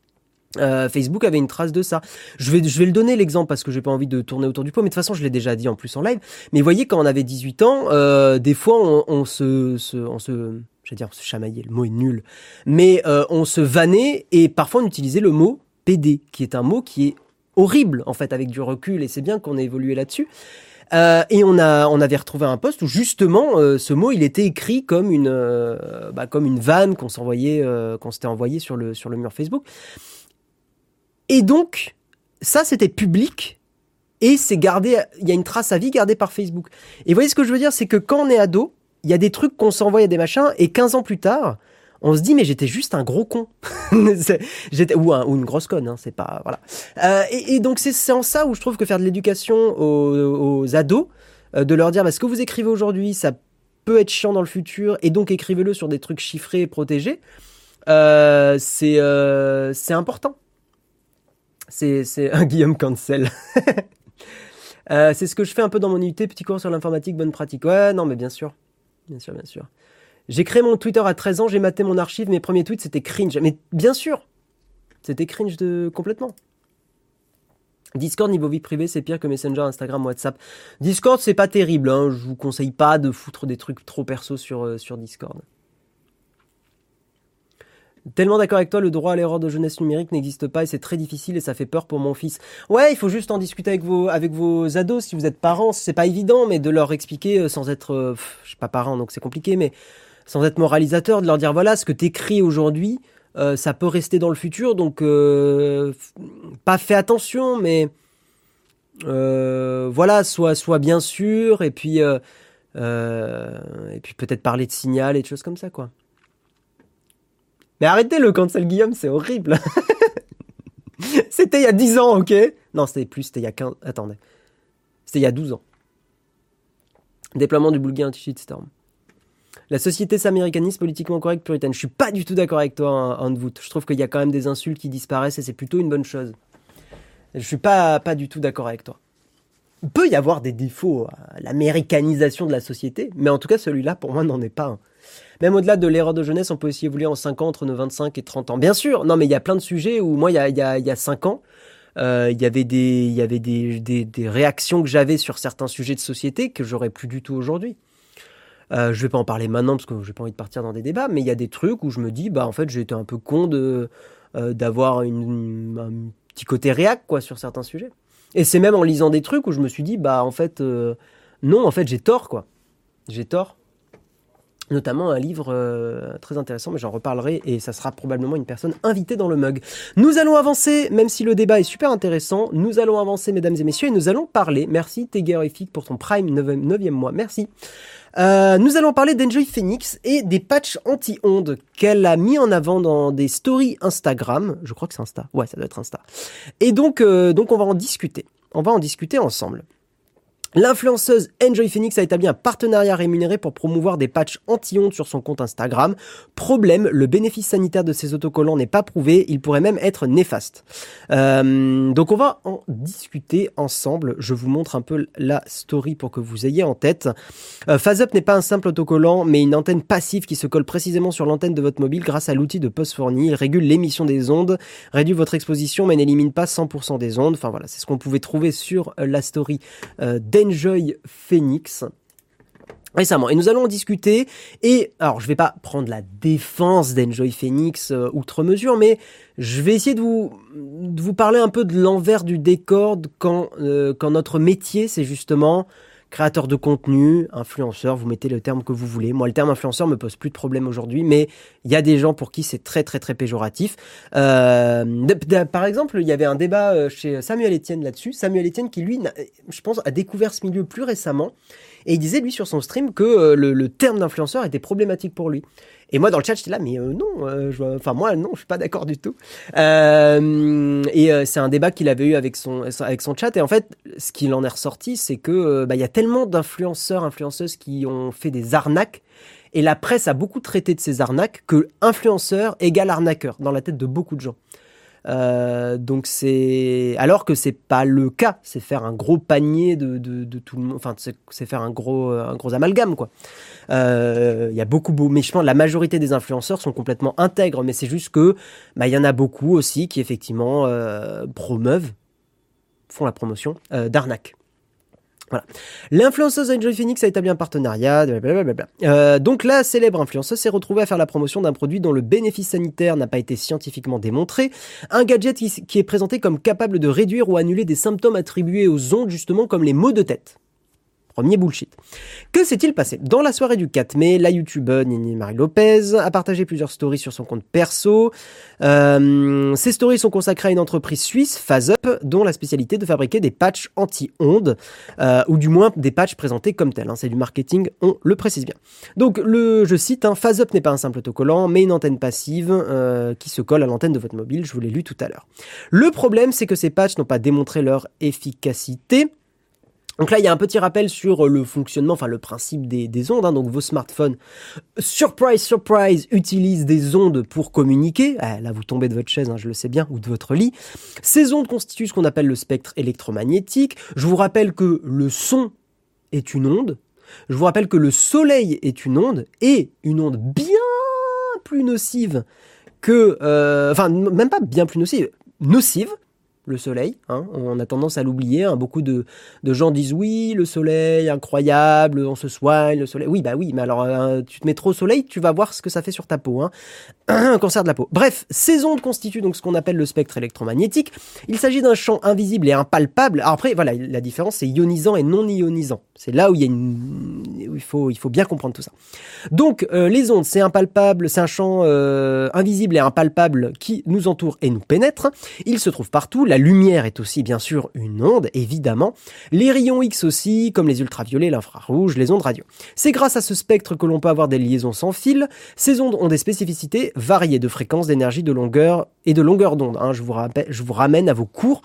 Je vais le donner l'exemple parce que j'ai pas envie de tourner autour du pot, mais de toute façon je l'ai déjà dit en plus en live. Mais vous voyez, quand on avait 18 ans, des fois on se chamaillait, le mot est nul, mais on se vannait et parfois on utilisait le mot PD, qui est un mot qui est horrible en fait avec du recul, et c'est bien qu'on ait évolué là-dessus. Et on avait retrouvé un post où justement ce mot il était écrit comme une vanne qu'on s'était envoyé sur le mur Facebook. Et donc, ça, c'était public et c'est gardé, il y a une trace à vie gardée par Facebook. Et vous voyez ce que je veux dire, c'est que quand on est ado, il y a des trucs qu'on s'envoie, il y a des machins, et 15 ans plus tard, on se dit, mais j'étais juste un gros con. Ou une grosse conne, hein, c'est pas, voilà. Et donc, c'est en ça où je trouve que faire de l'éducation aux ados, de leur dire, ce que vous écrivez aujourd'hui, ça peut être chiant dans le futur, et donc écrivez-le sur des trucs chiffrés et protégés, c'est important. C'est un Guillaume Cancel. C'est ce que je fais un peu dans mon IUT, petit cours sur l'informatique, bonne pratique. Ouais, non, mais bien sûr. Bien sûr. J'ai créé mon Twitter à 13 ans, j'ai maté mon archive, mes premiers tweets, c'était cringe. Mais bien sûr, c'était cringe complètement. Discord, niveau vie privée, c'est pire que Messenger, Instagram, WhatsApp. Discord, c'est pas terrible, hein. Je vous conseille pas de foutre des trucs trop perso sur Discord. Tellement d'accord avec toi, le droit à l'erreur de jeunesse numérique n'existe pas et c'est très difficile et ça fait peur pour mon fils. Ouais, il faut juste en discuter avec vos ados si vous êtes parents. C'est pas évident, mais de leur expliquer sans être, je suis pas parent donc c'est compliqué, mais sans être moralisateur, de leur dire voilà, ce que t'écris aujourd'hui, ça peut rester dans le futur, donc pas fais attention, mais voilà, sois bien sûr et puis peut-être parler de signal et de choses comme ça quoi. Mais arrêtez le cancel Guillaume, c'est horrible. C'était il y a 10 ans, ok? Non, c'était il y a 15... Attendez. C'était il y a 12 ans. Déploiement du Bulgari Anti-Shitstorm. La société s'américanise, politiquement correcte, puritaine. Je suis pas du tout d'accord avec toi, Handvoot. Je trouve qu'il y a quand même des insultes qui disparaissent et c'est plutôt une bonne chose. Je suis pas du tout d'accord avec toi. Il peut y avoir des défauts à l'américanisation de la société, mais en tout cas, celui-là, pour moi, n'en est pas un. Même au-delà de l'erreur de jeunesse, on peut aussi évoluer en 5 ans entre nos 25 et 30 ans. Bien sûr, non mais il y a plein de sujets où moi, il y a 5 ans, il y avait des réactions que j'avais sur certains sujets de société que j'aurais plus du tout aujourd'hui. Je vais pas en parler maintenant parce que j'ai pas envie de partir dans des débats, mais il y a des trucs où je me dis, en fait, j'ai été un peu con d'avoir un petit côté réac, quoi, sur certains sujets. Et c'est même en lisant des trucs où je me suis dit, en fait, non, en fait, j'ai tort, quoi. J'ai tort. Notamment un livre très intéressant, mais j'en reparlerai et ça sera probablement une personne invitée dans le mug. Nous allons avancer, même si le débat est super intéressant, nous allons avancer mesdames et messieurs et nous allons parler, merci Tegerific pour ton Prime 9e mois, merci. Nous allons parler d'Enjoy Phoenix et des patchs anti-ondes qu'elle a mis en avant dans des stories Instagram, je crois que c'est Insta, ouais ça doit être Insta. Et donc on va en discuter ensemble. L'influenceuse Enjoy Phoenix a établi un partenariat rémunéré pour promouvoir des patchs anti-ondes sur son compte Instagram. Problème, le bénéfice sanitaire de ces autocollants n'est pas prouvé, il pourrait même être néfaste. Donc on va en discuter ensemble. Je vous montre un peu la story pour que vous ayez en tête. PhaseUp n'est pas un simple autocollant, mais une antenne passive qui se colle précisément sur l'antenne de votre mobile grâce à l'outil de post fourni. Il régule l'émission des ondes, réduit votre exposition, mais n'élimine pas 100% des ondes. Enfin voilà, c'est ce qu'on pouvait trouver sur la story d'Enjoy Phoenix récemment. Et nous allons en discuter. Et alors, je vais pas prendre la défense d'Enjoy Phoenix outre mesure, mais je vais essayer de vous parler un peu de l'envers du décor quand notre métier, c'est justement créateur de contenu, influenceur, vous mettez le terme que vous voulez. Moi, le terme influenceur me pose plus de problème aujourd'hui, mais il y a des gens pour qui c'est très très très péjoratif. Par exemple, il y avait un débat chez Samuel Etienne là-dessus. Samuel Etienne qui, lui, je pense, a découvert ce milieu plus récemment. Et il disait, lui, sur son stream, que le terme d'influenceur était problématique pour lui. Et moi, dans le chat, j'étais là, mais non, moi, non, je suis pas d'accord du tout. C'est un débat qu'il avait eu avec son chat. Et en fait, ce qu'il en est ressorti, c'est que y a tellement d'influenceurs, influenceuses qui ont fait des arnaques. Et la presse a beaucoup traité de ces arnaques que influenceur égale arnaqueur dans la tête de beaucoup de gens. Donc alors que c'est pas le cas, c'est faire un gros panier de tout le monde, enfin c'est faire un gros amalgame quoi. Il y a mais je pense la majorité des influenceurs sont complètement intègres, mais c'est juste que il y en a beaucoup aussi qui effectivement font la promotion d'arnaque. Voilà. L'influenceuse Enjoy Phoenix a établi un partenariat, blablabla. Donc la célèbre influenceuse s'est retrouvée à faire la promotion d'un produit dont le bénéfice sanitaire n'a pas été scientifiquement démontré, un gadget qui est présenté comme capable de réduire ou annuler des symptômes attribués aux ondes, justement comme les maux de tête. Premier bullshit. Que s'est-il passé? Dans la soirée du 4 mai, la youtubeuse Nini Marie Lopez a partagé plusieurs stories sur son compte perso. Ces stories sont consacrées à une entreprise suisse, PhaseUp, dont la spécialité est de fabriquer des patchs anti-ondes, ou du moins des patchs présentés comme tels. C'est du marketing, on le précise bien. Donc, je cite, PhaseUp n'est pas un simple autocollant, mais une antenne passive qui se colle à l'antenne de votre mobile. Je vous l'ai lu tout à l'heure. Le problème, c'est que ces patchs n'ont pas démontré leur efficacité. Donc là, il y a un petit rappel sur le fonctionnement, enfin le principe des ondes. Donc vos smartphones, surprise, surprise, utilisent des ondes pour communiquer. Là, vous tombez de votre chaise, je le sais bien, ou de votre lit. Ces ondes constituent ce qu'on appelle le spectre électromagnétique. Je vous rappelle que le son est une onde. Je vous rappelle que le soleil est une onde, et une onde bien plus nocive que... même pas bien plus nocive, le soleil, on a tendance à l'oublier, beaucoup de gens disent oui, le soleil, incroyable, on se soigne, le soleil, oui, mais alors tu te mets trop au soleil, tu vas voir ce que ça fait sur ta peau, un cancer de la peau. Bref, ces ondes constituent donc ce qu'on appelle le spectre électromagnétique. Il s'agit d'un champ invisible et impalpable. Alors après, voilà, la différence, c'est ionisant et non ionisant. C'est là où il faut bien comprendre tout ça. Donc, les ondes, c'est impalpable, c'est un champ invisible et impalpable qui nous entoure et nous pénètre. Il se trouve partout. La lumière est aussi, bien sûr, une onde, évidemment. Les rayons X aussi, comme les ultraviolets, l'infrarouge, les ondes radio. C'est grâce à ce spectre que l'on peut avoir des liaisons sans fil. Ces ondes ont des spécificités variées de fréquence, d'énergie, de longueur et de longueur d'onde. Je vous ramène à vos cours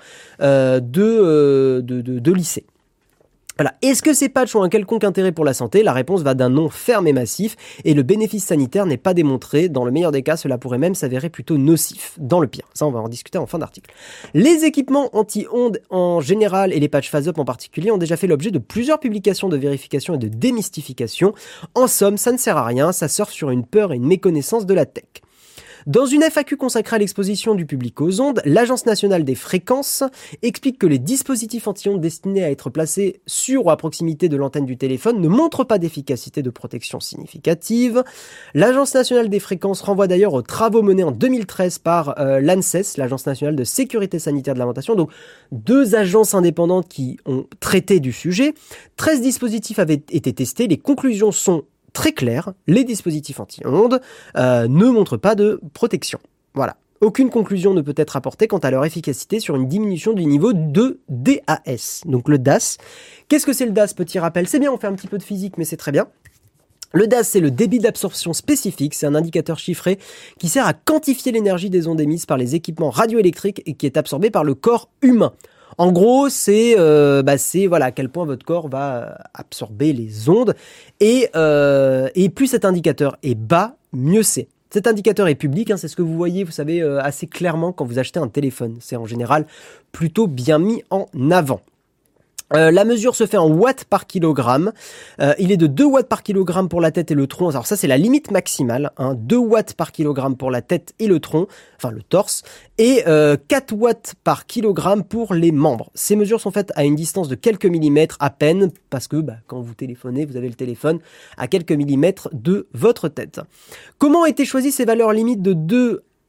de lycée. Voilà. Est-ce que ces patchs ont un quelconque intérêt pour la santé? La réponse va d'un non ferme et massif, et le bénéfice sanitaire n'est pas démontré. Dans le meilleur des cas, cela pourrait même s'avérer plutôt nocif. Dans le pire. Ça, on va en discuter en fin d'article. Les équipements anti-ondes en général et les patchs PhaseUp en particulier ont déjà fait l'objet de plusieurs publications de vérification et de démystification. En somme, ça ne sert à rien, ça surfe sur une peur et une méconnaissance de la tech. Dans une FAQ consacrée à l'exposition du public aux ondes, l'Agence nationale des fréquences explique que les dispositifs anti-ondes destinés à être placés sur ou à proximité de l'antenne du téléphone ne montrent pas d'efficacité de protection significative. L'Agence nationale des fréquences renvoie d'ailleurs aux travaux menés en 2013 par l'ANSES, l'Agence nationale de sécurité sanitaire de l'alimentation, donc 2 agences indépendantes qui ont traité du sujet. 13 dispositifs avaient été testés, les conclusions sont très clair, les dispositifs anti-ondes ne montrent pas de protection. Voilà. Aucune conclusion ne peut être apportée quant à leur efficacité sur une diminution du niveau de DAS. Donc le DAS. Qu'est-ce que c'est le DAS? Petit rappel. C'est bien, on fait un petit peu de physique, mais c'est très bien. Le DAS, c'est le débit d'absorption spécifique. C'est un indicateur chiffré qui sert à quantifier l'énergie des ondes émises par les équipements radioélectriques et qui est absorbée par le corps humain. En gros, c'est à quel point votre corps va absorber les ondes et plus cet indicateur est bas, mieux c'est. Cet indicateur est public, c'est ce que vous voyez, vous savez, assez clairement quand vous achetez un téléphone. C'est en général plutôt bien mis en avant. La mesure se fait en watts par kilogramme. Il est de 2 watts par kilogramme pour la tête et le tronc. Alors ça, c'est la limite maximale. 2 watts par kilogramme pour la tête et le tronc, enfin le torse, et 4 watts par kilogramme pour les membres. Ces mesures sont faites à une distance de quelques millimètres à peine, parce que quand vous téléphonez, vous avez le téléphone à quelques millimètres de votre tête. Comment ont été choisies ces valeurs limites de 2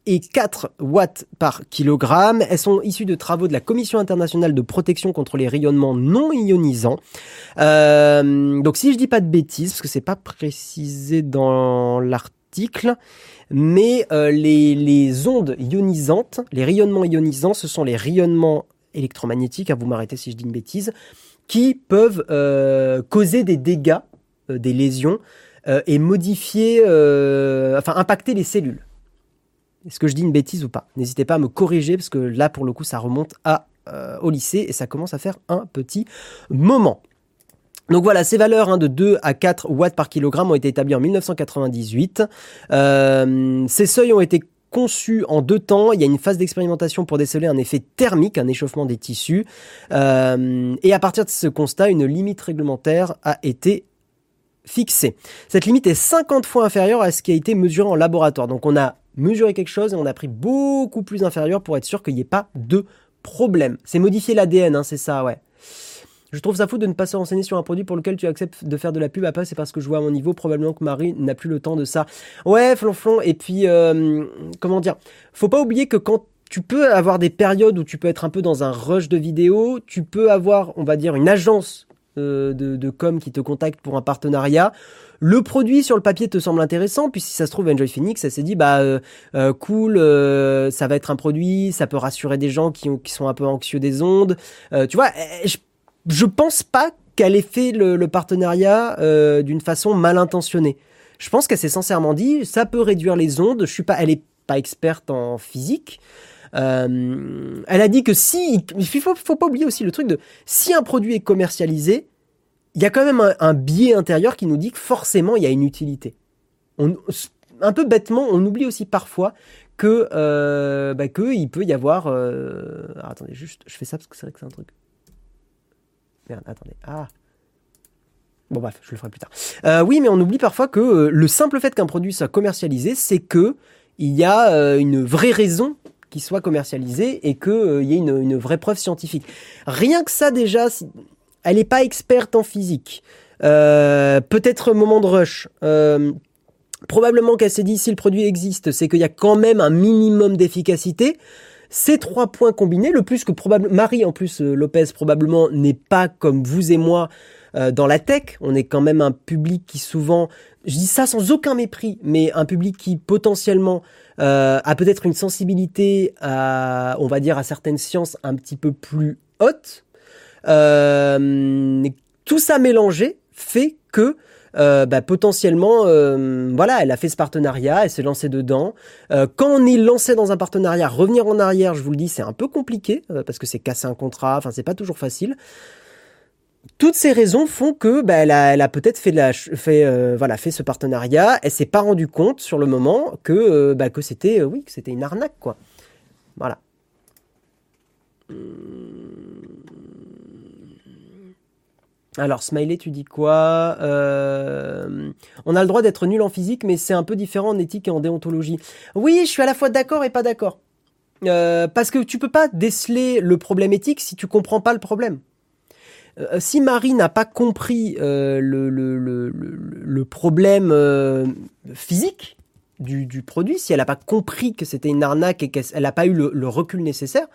et 4 watts par kilogramme. Elles sont issues de travaux de la Commission internationale de protection contre les rayonnements non ionisants. Donc si je dis pas de bêtises, parce que c'est pas précisé dans l'article, mais les ondes ionisantes, les rayonnements ionisants, ce sont les rayonnements électromagnétiques, vous m'arrêtez si je dis une bêtise, qui peuvent causer des dégâts, des lésions, et modifier, impacter les cellules. Est-ce que je dis une bêtise ou pas? N'hésitez pas à me corriger, parce que là, pour le coup, ça remonte au lycée, et ça commence à faire un petit moment. Donc voilà, ces valeurs de 2 à 4 watts par kilogramme ont été établies en 1998. Ces seuils ont été conçus en 2 temps. Il y a une phase d'expérimentation pour déceler un effet thermique, un échauffement des tissus. Et à partir de ce constat, une limite réglementaire a été fixée. Cette limite est 50 fois inférieure à ce qui a été mesuré en laboratoire. Donc on a mesuré quelque chose et on a pris beaucoup plus inférieur pour être sûr qu'il n'y ait pas de problème. C'est modifier l'ADN, c'est ça, ouais. Je trouve ça fou de ne pas se renseigner sur un produit pour lequel tu acceptes de faire de la pub. Après, c'est parce que je vois à mon niveau, probablement que Marie n'a plus le temps de ça. Ouais, flonflon. Et puis, comment dire, faut pas oublier que quand tu peux avoir des périodes où tu peux être un peu dans un rush de vidéos, tu peux avoir, on va dire, une agence de com qui te contacte pour un partenariat. Le produit sur le papier te semble intéressant, puis si ça se trouve, Enjoy Phoenix, elle s'est dit, cool, ça va être un produit, ça peut rassurer des gens qui sont un peu anxieux des ondes. Tu vois, je pense pas qu'elle ait fait le partenariat d'une façon mal intentionnée. Je pense qu'elle s'est sincèrement dit, ça peut réduire les ondes. Elle est pas experte en physique. Elle a dit que il faut pas oublier aussi le truc de, si un produit est commercialisé, il y a quand même un biais intérieur qui nous dit que forcément il y a une utilité. Un peu bêtement, on oublie aussi parfois que il peut y avoir. Alors, attendez, juste, je fais ça parce que c'est vrai que c'est un truc. Merde, attendez. Bon bref, je le ferai plus tard. Oui, mais on oublie parfois que le simple fait qu'un produit soit commercialisé, c'est que il y a une vraie raison qu'il soit commercialisé et qu'il y ait une vraie preuve scientifique. Rien que ça déjà, elle n'est pas experte en physique. Peut-être moment de rush. Probablement qu'elle s'est dit, si le produit existe, c'est qu'il y a quand même un minimum d'efficacité. Ces 3 points combinés, le plus que probablement Marie en plus Lopez probablement n'est pas comme vous et moi dans la tech. On est quand même un public qui souvent, je dis ça sans aucun mépris, mais un public qui potentiellement a peut-être une sensibilité on va dire à certaines sciences un petit peu plus hautes. Tout ça mélangé fait que potentiellement, elle a fait ce partenariat, elle s'est lancée dedans. Quand on est lancé dans un partenariat, revenir en arrière, je vous le dis, c'est un peu compliqué parce que c'est casser un contrat, c'est pas toujours facile. Toutes ces raisons font que elle a peut-être fait ce partenariat. Elle s'est pas rendu compte sur le moment que c'était que c'était une arnaque quoi. Voilà. Alors, Smiley, tu dis quoi? On a le droit d'être nul en physique, mais c'est un peu différent en éthique et en déontologie. Oui, je suis à la fois d'accord et pas d'accord. Parce que tu peux pas déceler le problème éthique si tu comprends pas le problème. Si Marie n'a pas compris le problème physique du produit, si elle n'a pas compris que c'était une arnaque et qu'elle n'a pas eu le recul nécessaire,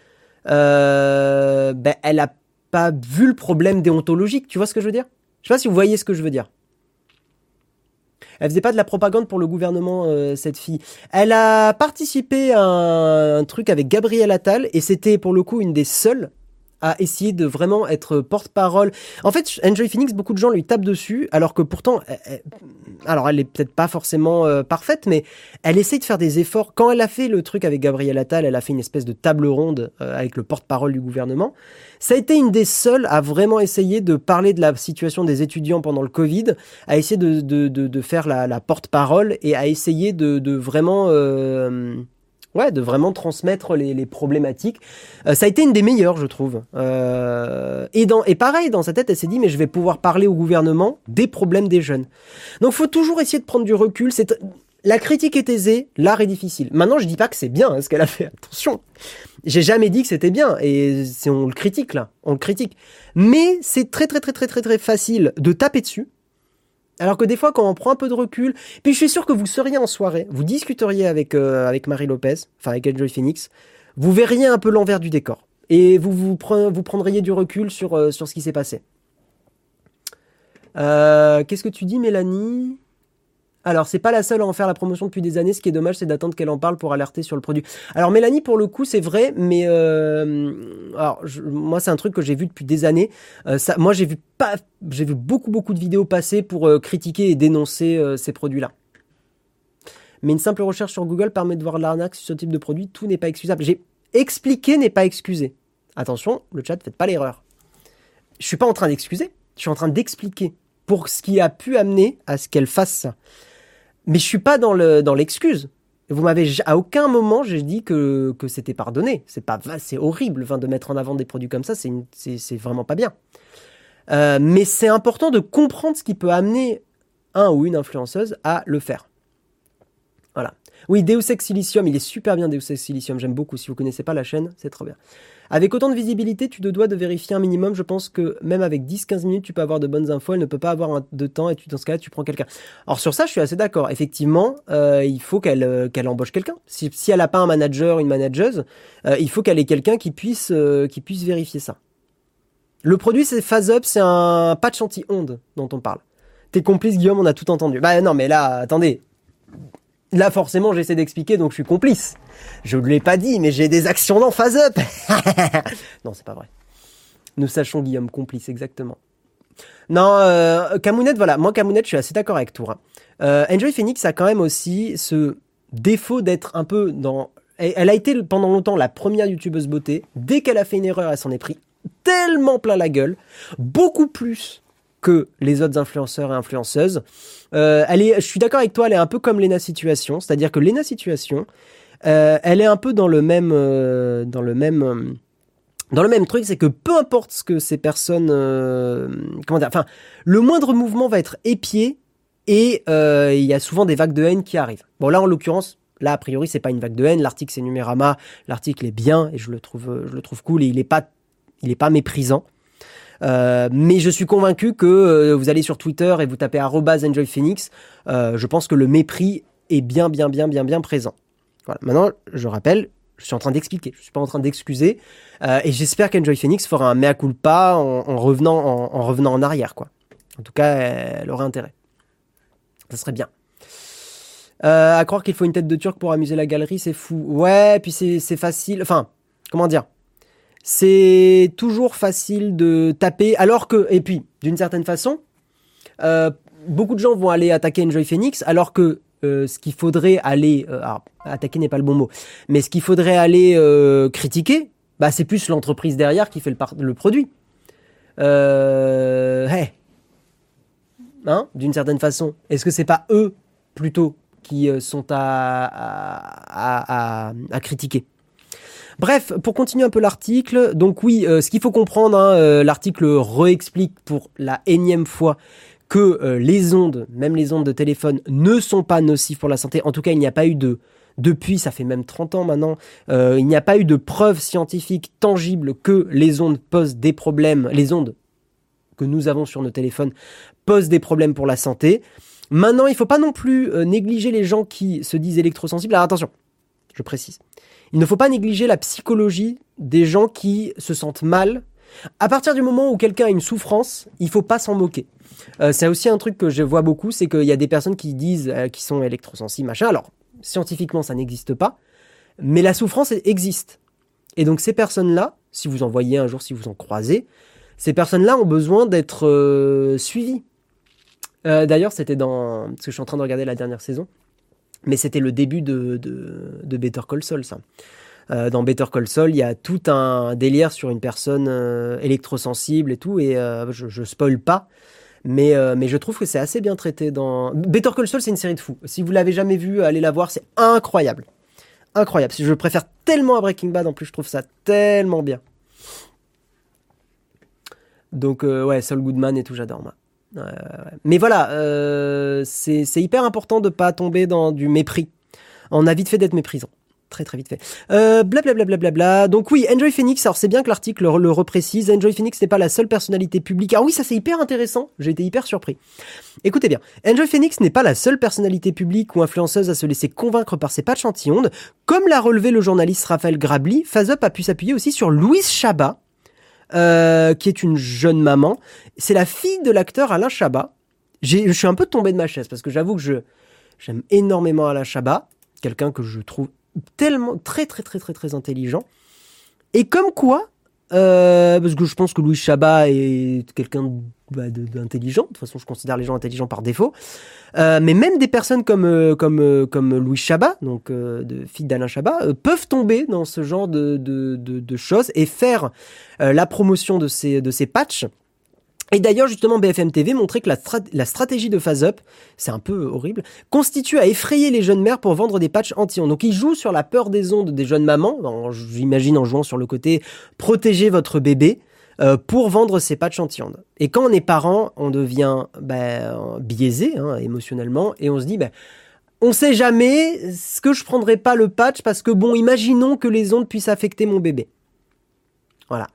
elle a pas vu le problème déontologique, tu vois ce que je veux dire? Je sais pas si vous voyez ce que je veux dire. Elle faisait pas de la propagande pour le gouvernement, cette fille. Elle a participé à un truc avec Gabriel Attal et c'était pour le coup une des seules à essayer de vraiment être porte-parole. En fait, Enjoy Phoenix, beaucoup de gens lui tapent dessus, alors que pourtant, elle est peut-être pas forcément parfaite, mais elle essaie de faire des efforts. Quand elle a fait le truc avec Gabriel Attal, elle a fait une espèce de table ronde avec le porte-parole du gouvernement. Ça a été une des seules à vraiment essayer de parler de la situation des étudiants pendant le Covid, à essayer de faire la porte-parole et à essayer de vraiment... de vraiment transmettre les problématiques. Ça a été une des meilleures, je trouve. Et pareil, dans sa tête, elle s'est dit, mais je vais pouvoir parler au gouvernement des problèmes des jeunes. Donc, faut toujours essayer de prendre du recul. La critique est aisée, l'art est difficile. Maintenant, je dis pas que c'est bien ce qu'elle a fait. Attention. J'ai jamais dit que c'était bien. Et on le critique, là. On le critique. Mais c'est très, très, très, très, très, très facile de taper dessus Alors que des fois, quand on prend un peu de recul, puis je suis sûr que vous seriez en soirée, vous discuteriez avec Marie Lopez, enfin avec Enjoy Phoenix, vous verriez un peu l'envers du décor. Et vous prendriez du recul sur ce qui s'est passé. Qu'est-ce que tu dis, Mélanie ? Alors, c'est pas la seule à en faire la promotion depuis des années. Ce qui est dommage, c'est d'attendre qu'elle en parle pour alerter sur le produit. Alors, Mélanie, pour le coup, c'est vrai, mais moi, c'est un truc que j'ai vu depuis des années. Moi, j'ai vu beaucoup de vidéos passer pour critiquer et dénoncer ces produits-là. Mais une simple recherche sur Google permet de voir l'arnaque sur ce type de produit. Tout n'est pas excusable. J'ai expliqué n'est pas excusé. Attention, le chat, faites pas l'erreur. Je suis pas en train d'excuser. Je suis en train d'expliquer pour ce qui a pu amener à ce qu'elle fasse ça. Mais je suis pas dans l'excuse. Vous m'avez à aucun moment j'ai dit que c'était pardonné. C'est horrible de mettre en avant des produits comme ça. C'est vraiment pas bien. Mais c'est important de comprendre ce qui peut amener un ou une influenceuse à le faire. Voilà. Oui, Deus Ex Silicium, il est super bien Deus Ex Silicium. J'aime beaucoup. Si vous connaissez pas la chaîne, c'est trop bien. Avec autant de visibilité, tu te dois de vérifier un minimum. Je pense que même avec 10-15 minutes, tu peux avoir de bonnes infos. Elle ne peut pas avoir de temps et dans ce cas-là, tu prends quelqu'un. Alors sur ça, je suis assez d'accord. Effectivement, il faut qu'elle embauche quelqu'un. Si elle n'a pas un manager, une manageuse, il faut qu'elle ait quelqu'un qui puisse vérifier ça. Le produit, c'est Phase Up, c'est un patch anti-ondes dont on parle. T'es complice, Guillaume, on a tout entendu. Bah non, mais là, attendez. Là, forcément, j'essaie d'expliquer, donc je suis complice. Je ne l'ai pas dit, mais j'ai des actions dans Phase Up. Non, c'est pas vrai. Nous sachons, Guillaume, complice, exactement. Non, Camounette, voilà. Moi, Camounette, je suis assez d'accord avec toi. Enjoy Phoenix a quand même aussi ce défaut d'être un peu dans... Elle a été pendant longtemps la première youtubeuse beauté. Dès qu'elle a fait une erreur, elle s'en est pris tellement plein la gueule. Beaucoup plus que les autres influenceurs et influenceuses. Je suis d'accord avec toi, elle est un peu comme Lena Situation, c'est-à-dire que Lena Situation, elle est un peu dans le même truc, c'est que peu importe ce que ces personnes, le moindre mouvement va être épié et il y a souvent des vagues de haine qui arrivent. Bon là en l'occurrence, là a priori c'est pas une vague de haine, l'article c'est Numérama, l'article est bien et je le trouve cool et il est pas méprisant. Mais je suis convaincu que vous allez sur Twitter et vous tapez @EnjoyPhoenix, je pense que le mépris est bien présent. Voilà. Maintenant, je rappelle, je suis en train d'expliquer, je suis pas en train d'excuser, et j'espère qu'Enjoy Phoenix fera un mea culpa en revenant en arrière, quoi. En tout cas, elle aurait intérêt. Ça serait bien. À croire qu'il faut une tête de turc pour amuser la galerie, c'est fou. Ouais, puis c'est facile. Enfin, comment dire ? C'est toujours facile de taper, alors que, et puis, d'une certaine façon, beaucoup de gens vont aller attaquer Enjoy Phoenix, alors que ce qu'il faudrait aller, attaquer n'est pas le bon mot, mais ce qu'il faudrait aller critiquer, bah c'est plus l'entreprise derrière qui fait le produit. D'une certaine façon, est-ce que c'est pas eux plutôt qui sont à critiquer? Bref, pour continuer un peu l'article, donc oui, ce qu'il faut comprendre, l'article réexplique pour la énième fois que les ondes, même les ondes de téléphone, ne sont pas nocives pour la santé. En tout cas, il n'y a pas eu depuis, ça fait même 30 ans maintenant, il n'y a pas eu de preuves scientifiques tangibles que les ondes posent des problèmes, les ondes que nous avons sur nos téléphones posent des problèmes pour la santé. Maintenant, il ne faut pas non plus négliger les gens qui se disent électrosensibles. Alors attention, je précise. Il ne faut pas négliger la psychologie des gens qui se sentent mal. À partir du moment où quelqu'un a une souffrance, il ne faut pas s'en moquer. C'est aussi un truc que je vois beaucoup, c'est qu'il y a des personnes qui disent qu'ils sont électrosensibles, machin. Alors, scientifiquement, ça n'existe pas, mais la souffrance existe. Et donc, ces personnes-là, si vous en voyez un jour, si vous en croisez, ces personnes-là ont besoin d'être suivies. D'ailleurs, c'était parce que je suis en train de regarder la dernière saison, mais c'était le début de Better Call Saul, ça. Dans Better Call Saul, il y a tout un délire sur une personne électrosensible et tout, et je spoil pas, mais je trouve que c'est assez bien traité dans... Better Call Saul, c'est une série de fous. Si vous l'avez jamais vue, allez la voir, c'est incroyable. Incroyable. Je préfère tellement à Breaking Bad, en plus, je trouve ça tellement bien. Donc, ouais, Saul Goodman et tout, j'adore, moi. Mais voilà, c'est hyper important de pas tomber dans du mépris. On a vite fait d'être méprisant. très très vite fait. Blablabla. Donc oui, Enjoy Phoenix, alors c'est bien que l'article le reprécise, Enjoy Phoenix n'est pas la seule personnalité publique. Ah oui, ça c'est hyper intéressant, j'ai été hyper surpris. Écoutez bien, Enjoy Phoenix n'est pas la seule personnalité publique ou influenceuse à se laisser convaincre par ses patchs anti-ondes. Comme l'a relevé le journaliste Raphaël Grabli, FaZe a pu s'appuyer aussi sur Louise Chabat, qui est une jeune maman. C'est la fille de l'acteur Alain Chabat. Je suis un peu tombé de ma chaise parce que j'avoue que j'aime énormément Alain Chabat, quelqu'un que je trouve tellement très très très très très intelligent. Et comme quoi, parce que je pense que Louis Chabat est quelqu'un d'intelligent. De toute façon, je considère les gens intelligents par défaut. Mais même des personnes comme Louis Chabat, donc de fille d'Alain Chabat, peuvent tomber dans ce genre de choses et faire la promotion de ces patchs. Et d'ailleurs, justement, BFM TV montrait que la stratégie de FaZe, c'est un peu horrible, constitue à effrayer les jeunes mères pour vendre des patchs anti-ondes. Donc, ils jouent sur la peur des ondes des jeunes mamans, j'imagine en jouant sur le côté « protéger votre bébé », pour vendre ces patchs anti-ondes. Et quand on est parent, on devient biaisé émotionnellement, et on se dit on sait jamais, est-ce que je prendrai pas le patch parce que bon, imaginons que les ondes puissent affecter mon bébé. Voilà.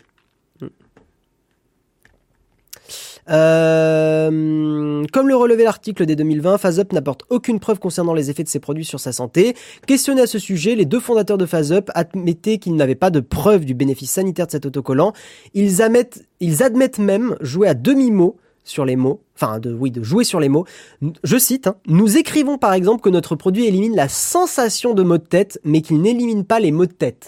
Comme le relevait l'article dès 2020, FaZe n'apporte aucune preuve concernant les effets de ces produits sur sa santé. Questionnés à ce sujet, les deux fondateurs de FaZe admettaient qu'ils n'avaient pas de preuve du bénéfice sanitaire de cet autocollant. Ils admettent même jouer à demi-mot sur les mots, de jouer sur les mots. Je cite, nous écrivons par exemple que notre produit élimine la sensation de maux de tête, mais qu'il n'élimine pas les maux de tête.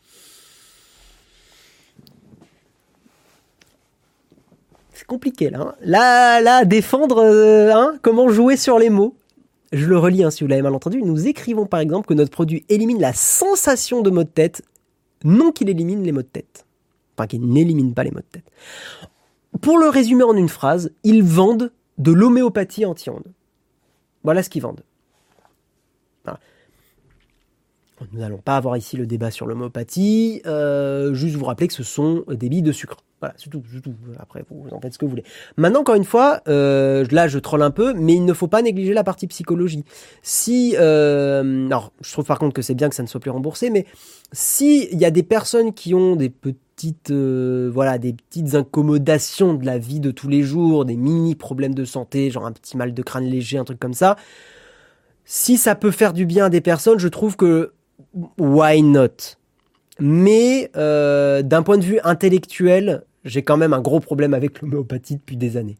Compliqué là, à défendre comment jouer sur les mots. Je le relis si vous l'avez mal entendu. Nous écrivons par exemple que notre produit élimine la sensation de maux de tête, non qu'il élimine les maux de tête. Enfin, qu'il n'élimine pas les maux de tête. Pour le résumer en une phrase, ils vendent de l'homéopathie anti-ondes. Voilà ce qu'ils vendent. Voilà. Nous n'allons pas avoir ici le débat sur l'homéopathie, juste vous rappeler que ce sont des billes de sucre. Voilà, c'est tout. Après, vous en faites ce que vous voulez. Maintenant, encore une fois, là, je troll un peu, mais il ne faut pas négliger la partie psychologie. Alors, je trouve par contre que c'est bien que ça ne soit plus remboursé, mais si il y a des personnes qui ont des petites incommodations de la vie de tous les jours, des mini problèmes de santé, genre un petit mal de crâne léger, un truc comme ça, si ça peut faire du bien à des personnes, je trouve que why not? Mais d'un point de vue intellectuel, j'ai quand même un gros problème avec l'homéopathie depuis des années.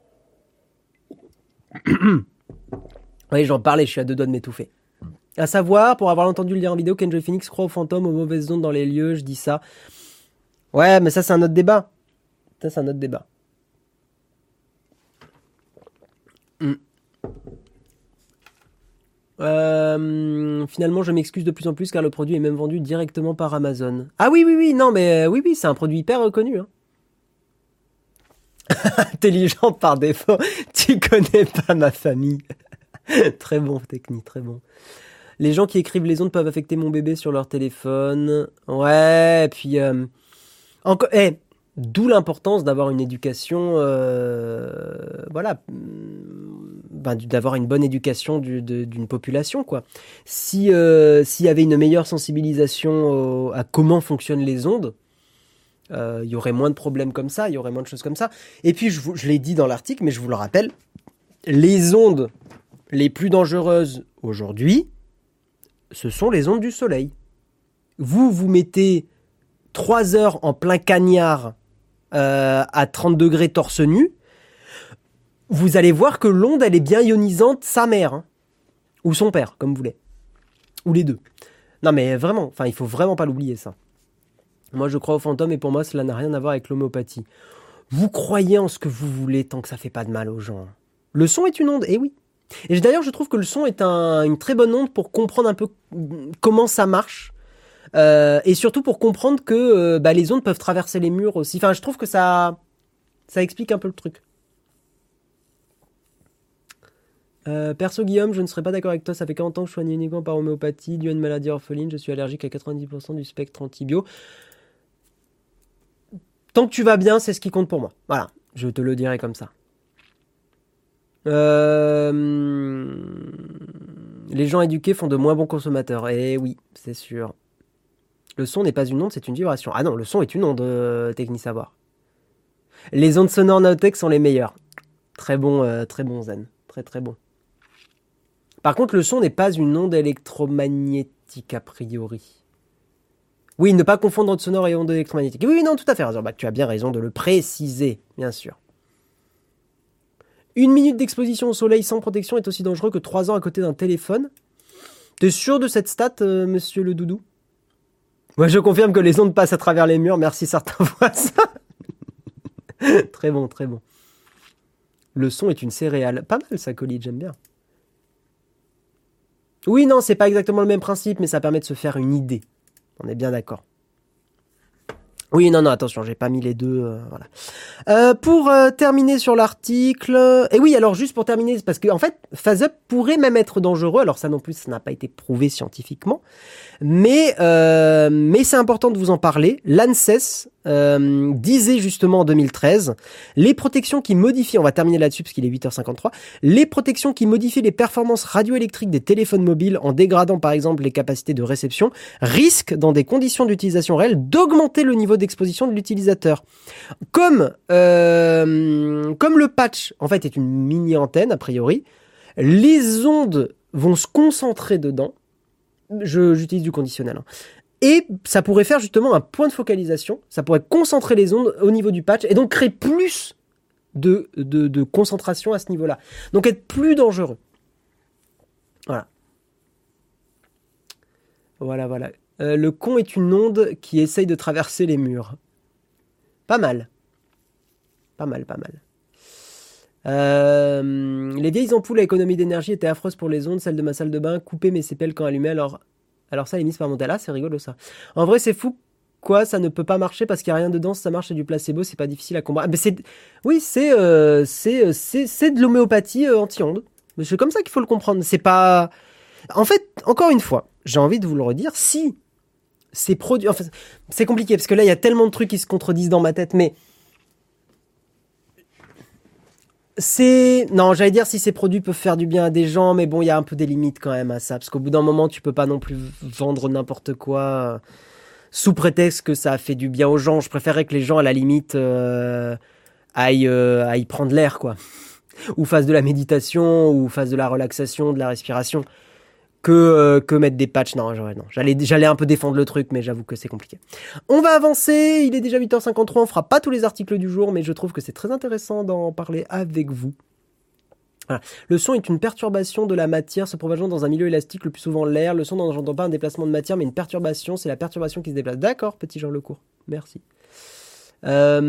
Oui, j'en parlais, je suis à 2 doigts de m'étouffer. À savoir, pour avoir entendu le dire en vidéo, qu'Enjoy Phoenix croit aux fantômes, aux mauvaises ondes dans les lieux, je dis ça. Ouais, mais ça c'est un autre débat. Finalement, je m'excuse de plus en plus car le produit est même vendu directement par Amazon. Ah oui, non, mais oui, c'est un produit hyper reconnu. Intelligent par défaut, tu connais pas ma famille. Très bon, technique, très bon. Les gens qui écrivent les ondes peuvent affecter mon bébé sur leur téléphone. Ouais, et puis... d'où l'importance d'avoir une éducation... d'avoir une bonne éducation d'une population, quoi. S'il y avait une meilleure sensibilisation à comment fonctionnent les ondes, il y aurait moins de problèmes comme ça, il y aurait moins de choses comme ça. Et puis, je l'ai dit dans l'article, mais je vous le rappelle, les ondes les plus dangereuses aujourd'hui, ce sont les ondes du soleil. Vous mettez 3 heures en plein cagnard à 30 degrés torse nu, vous allez voir que l'onde, elle est bien ionisante, sa mère. Ou son père, comme vous voulez. Ou les deux. Non mais vraiment, il faut vraiment pas l'oublier ça. Moi je crois aux fantômes et pour moi cela n'a rien à voir avec l'homéopathie. Vous croyez en ce que vous voulez tant que ça fait pas de mal aux gens. Le son est une onde, eh oui. Et d'ailleurs je trouve que le son est une très bonne onde pour comprendre un peu comment ça marche. Et surtout pour comprendre que les ondes peuvent traverser les murs aussi. Enfin je trouve que ça explique un peu le truc. Perso Guillaume, je ne serais pas d'accord avec toi, ça fait 40 ans que je soigne uniquement par homéopathie, dû à une maladie orpheline, je suis allergique à 90% du spectre antibio. Tant que tu vas bien, c'est ce qui compte pour moi. Voilà, je te le dirai comme ça. Les gens éduqués font de moins bons consommateurs. Eh oui, c'est sûr. Le son n'est pas une onde, c'est une vibration. Ah non, le son est une onde, Technisavoir. Les ondes sonores Naotech sont les meilleures. Très bon Zen. Très très bon. Par contre, le son n'est pas une onde électromagnétique a priori. Oui, ne pas confondre onde sonore et onde électromagnétique. Oui, non, tout à fait, Razorback. Tu as bien raison de le préciser, bien sûr. 1 minute d'exposition au soleil sans protection est aussi dangereux que 3 ans à côté d'un téléphone. T'es sûr de cette stat, monsieur le doudou? Moi, je confirme que les ondes passent à travers les murs. Merci, certains voisins. Très bon, très bon. Le son est une céréale. Pas mal, ça, Colide, j'aime bien. Oui, non, c'est pas exactement le même principe, mais ça permet de se faire une idée. On est bien d'accord. Oui, non, attention, j'ai pas mis les deux, voilà. Pour terminer sur l'article... Et oui, alors juste pour terminer, parce que en fait, Phase Up pourrait même être dangereux, alors ça non plus, ça n'a pas été prouvé scientifiquement, mais c'est important de vous en parler. L'ANSES disait justement en 2013, les protections qui modifient, on va terminer là-dessus parce qu'il est 8h53, les protections qui modifient les performances radioélectriques des téléphones mobiles en dégradant par exemple les capacités de réception risquent, dans des conditions d'utilisation réelles, d'augmenter le niveau d'exposition de l'utilisateur. Comme le patch, en fait, est une mini-antenne, a priori, les ondes vont se concentrer dedans. J'utilise du conditionnel. Et ça pourrait faire justement un point de focalisation. Ça pourrait concentrer les ondes au niveau du patch et donc créer plus de concentration à ce niveau-là. Donc être plus dangereux. Voilà. Voilà. Le con est une onde qui essaye de traverser les murs. Pas mal. Les vieilles ampoules à économie d'énergie étaient affreuses pour les ondes. Celle de ma salle de bain coupait mes CPL quand allumée. Alors ça émise par mon là, c'est rigolo ça. En vrai, c'est fou. Quoi, ça ne peut pas marcher parce qu'il n'y a rien dedans. Si ça marche, c'est du placebo, c'est pas difficile à combattre. Mais c'est de l'homéopathie anti-ondes. C'est comme ça qu'il faut le comprendre. C'est pas. En fait, encore une fois, j'ai envie de vous le redire. Si ces produits, enfin, c'est compliqué parce que là, il y a tellement de trucs qui se contredisent dans ma tête, mais non, j'allais dire si ces produits peuvent faire du bien à des gens, mais bon, il y a un peu des limites quand même à ça, parce qu'au bout d'un moment, tu peux pas non plus vendre n'importe quoi sous prétexte que ça a fait du bien aux gens. Je préférerais que les gens, à la limite, aillent prendre l'air, quoi, ou fassent de la méditation, ou fassent de la relaxation, de la respiration, que mettre des patchs. Non. J'allais un peu défendre le truc, mais j'avoue que c'est compliqué. On va avancer, il est déjà 8h53, on fera pas tous les articles du jour, mais je trouve que c'est très intéressant d'en parler avec vous. Voilà. Le son est une perturbation de la matière se propageant dans un milieu élastique, le plus souvent l'air. Le son n'engendre pas un déplacement de matière, mais une perturbation, c'est la perturbation qui se déplace. D'accord, petit Jean Lecourt, merci. On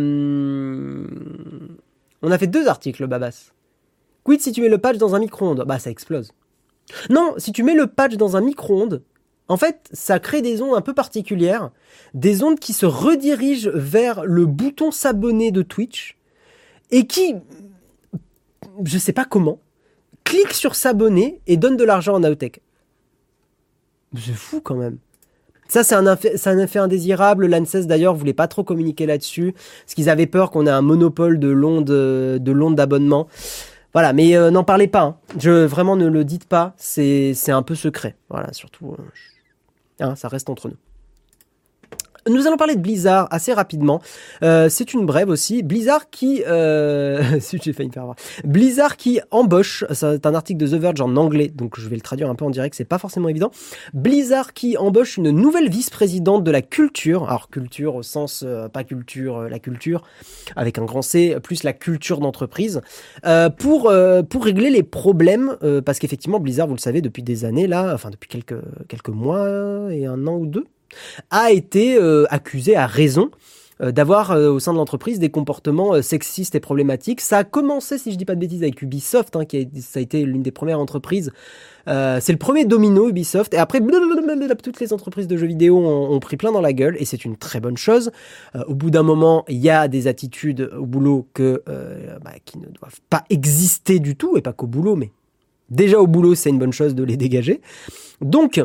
a fait 2 articles, Babas. Quid si tu mets le patch dans un micro-ondes? Bah ça explose. Non, si tu mets le patch dans un micro-ondes, en fait, ça crée des ondes un peu particulières, des ondes qui se redirigent vers le bouton s'abonner de Twitch et qui, je sais pas comment, clique sur s'abonner et donne de l'argent en Naotech. C'est fou quand même. Ça, c'est un effet indésirable. L'ANSES, d'ailleurs, voulait pas trop communiquer là-dessus, parce qu'ils avaient peur qu'on ait un monopole de l'onde d'abonnement. Voilà, mais n'en parlez pas. Hein. Vraiment, ne le dites pas. C'est un peu secret. Voilà, surtout, ça reste entre nous. Nous allons parler de Blizzard assez rapidement. C'est une brève aussi. Blizzard qui... j'ai failli me faire voir. Blizzard qui embauche, c'est un article de The Verge en anglais, donc je vais le traduire un peu en direct, c'est pas forcément évident. Blizzard qui embauche une nouvelle vice-présidente de la culture. Alors culture au sens, pas culture, la culture, avec un grand C, plus la culture d'entreprise, pour régler les problèmes, parce qu'effectivement Blizzard, vous le savez, depuis des années là, enfin depuis quelques mois et 1 an ou 2, a été accusé à raison d'avoir au sein de l'entreprise des comportements sexistes et problématiques. Ça a commencé, si je dis pas de bêtises, avec Ubisoft, hein, ça a été l'une des premières entreprises. C'est le premier domino, Ubisoft, et après toutes les entreprises de jeux vidéo ont pris plein dans la gueule, et c'est une très bonne chose. Au bout d'un moment, il y a des attitudes au boulot qui ne doivent pas exister du tout, et pas qu'au boulot, mais déjà au boulot, c'est une bonne chose de les dégager. Donc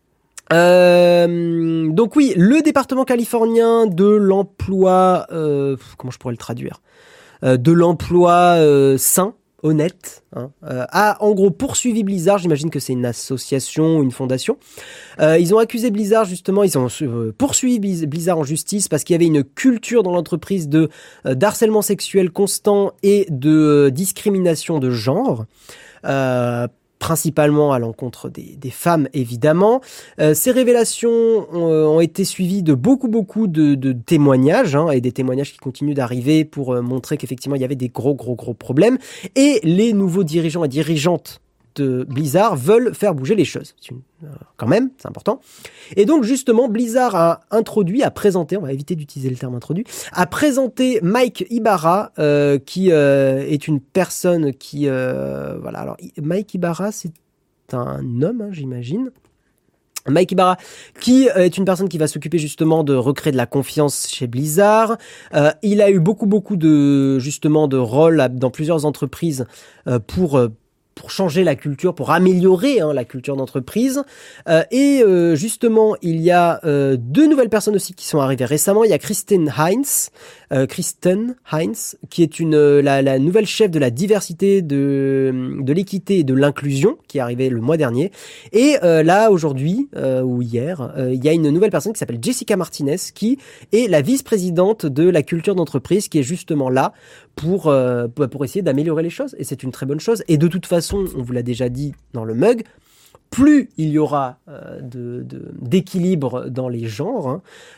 oui, le département californien de l'emploi, comment je pourrais le traduire, de l'emploi sain, honnête, a en gros poursuivi Blizzard. J'imagine que c'est une association ou une fondation. Ils ont accusé Blizzard, justement, ils ont poursuivi Blizzard en justice parce qu'il y avait une culture dans l'entreprise de d'harcèlement sexuel constant et de discrimination de genre. Principalement à l'encontre des femmes, évidemment. Ces révélations ont été suivies de beaucoup de témoignages, et des témoignages qui continuent d'arriver pour montrer qu'effectivement il y avait des gros problèmes. Et les nouveaux dirigeants et dirigeantes de Blizzard veulent faire bouger les choses. Quand même, c'est important. Et donc justement, Blizzard a présenté, on va éviter d'utiliser le terme introduit, a présenté Mike Ibarra, qui est une personne qui... voilà, alors Mike Ibarra, c'est un homme, j'imagine. Mike Ibarra, qui est une personne qui va s'occuper justement de recréer de la confiance chez Blizzard. Il a eu beaucoup de rôles dans plusieurs entreprises pour changer la culture, pour améliorer la culture d'entreprise. Justement, il y a deux nouvelles personnes aussi qui sont arrivées récemment. Il y a Kristen Heinz, qui est la nouvelle chef de la diversité, de l'équité et de l'inclusion, qui est arrivée le mois dernier. Et là, aujourd'hui, ou hier, il y a une nouvelle personne qui s'appelle Jessica Martinez, qui est la vice-présidente de la culture d'entreprise, qui est justement là pour essayer d'améliorer les choses. Et c'est une très bonne chose. Et de toute façon, on vous l'a déjà dit dans le mug, plus il y aura d'équilibre dans les genres,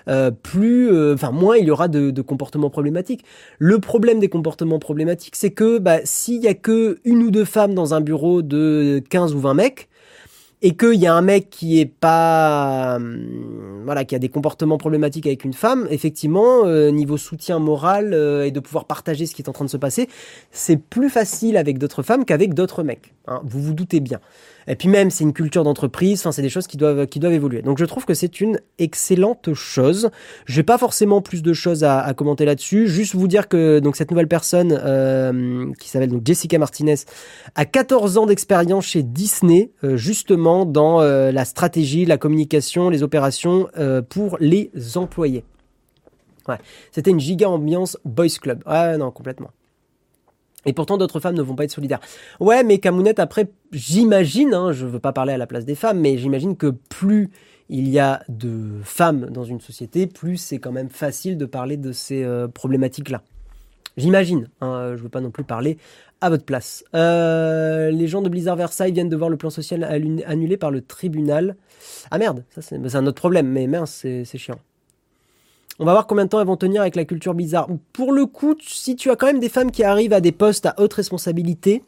moins il y aura de comportements problématiques. Le problème des comportements problématiques, c'est que s'il y a que une ou deux femmes dans un bureau de 15 ou 20 mecs, et qu'il y a un mec qui est pas, qui a des comportements problématiques avec une femme, effectivement, niveau soutien moral et de pouvoir partager ce qui est en train de se passer, c'est plus facile avec d'autres femmes qu'avec d'autres mecs. Vous vous doutez bien. Et puis même, c'est une culture d'entreprise, c'est des choses qui doivent évoluer. Donc je trouve que c'est une excellente chose. Je n'ai pas forcément plus de choses à commenter là-dessus. Juste vous dire que donc cette nouvelle personne qui s'appelle donc Jessica Martinez a 14 ans d'expérience chez Disney, justement dans la stratégie, la communication, les opérations pour les employés. Ouais, c'était une giga ambiance boys club. Ah non, complètement. Et pourtant, d'autres femmes ne vont pas être solidaires. Ouais, mais Camounette, après, j'imagine, je veux pas parler à la place des femmes, mais j'imagine que plus il y a de femmes dans une société, plus c'est quand même facile de parler de ces problématiques-là. J'imagine, je veux pas non plus parler à votre place. Les gens de Blizzard Versailles viennent de voir le plan social annulé par le tribunal. Ah merde, ça c'est un autre problème, mais mince, c'est chiant. On va voir combien de temps elles vont tenir avec la culture Blizzard. Pour le coup, si tu as quand même des femmes qui arrivent à des postes à haute responsabilité,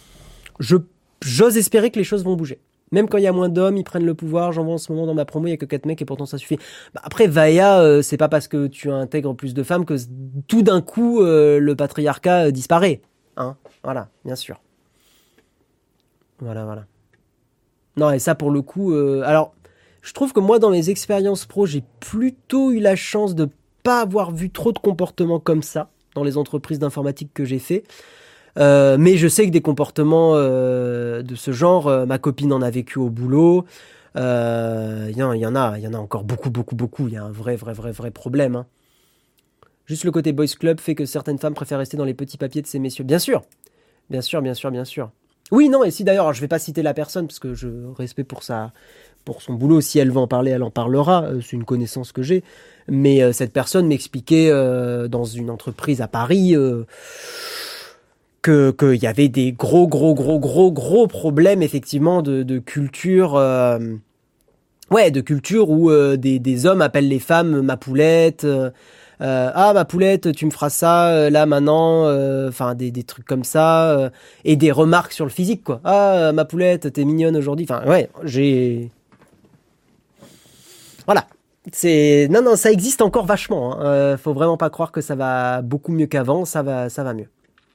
j'ose espérer que les choses vont bouger. Même quand il y a moins d'hommes, ils prennent le pouvoir. J'en vois en ce moment dans ma promo, il y a que 4 mecs et pourtant ça suffit. Après, Vaia, c'est pas parce que tu intègres plus de femmes que tout d'un coup, le patriarcat disparaît. Voilà, bien sûr. Voilà. Non, et ça pour le coup... alors, je trouve que moi, dans mes expériences pro, j'ai plutôt eu la chance de pas avoir vu trop de comportements comme ça dans les entreprises d'informatique que j'ai fait. Mais je sais que des comportements de ce genre, ma copine en a vécu au boulot. Il y en a encore beaucoup. Il y a un vrai problème. Juste le côté boys club fait que certaines femmes préfèrent rester dans les petits papiers de ces messieurs. Bien sûr. Oui, non, et si d'ailleurs, alors, je vais pas citer la personne parce que je respecte pour son boulot, si elle veut en parler, elle en parlera, c'est une connaissance que j'ai, mais cette personne m'expliquait dans une entreprise à Paris qu'il y avait des gros problèmes effectivement de culture, de culture où des hommes appellent les femmes ma poulette, ma poulette, tu me feras ça là maintenant, des trucs comme ça, et des remarques sur le physique quoi. Ma poulette, t'es mignonne aujourd'hui, voilà, non, ça existe encore vachement. Faut vraiment pas croire que ça va beaucoup mieux qu'avant. Ça va mieux.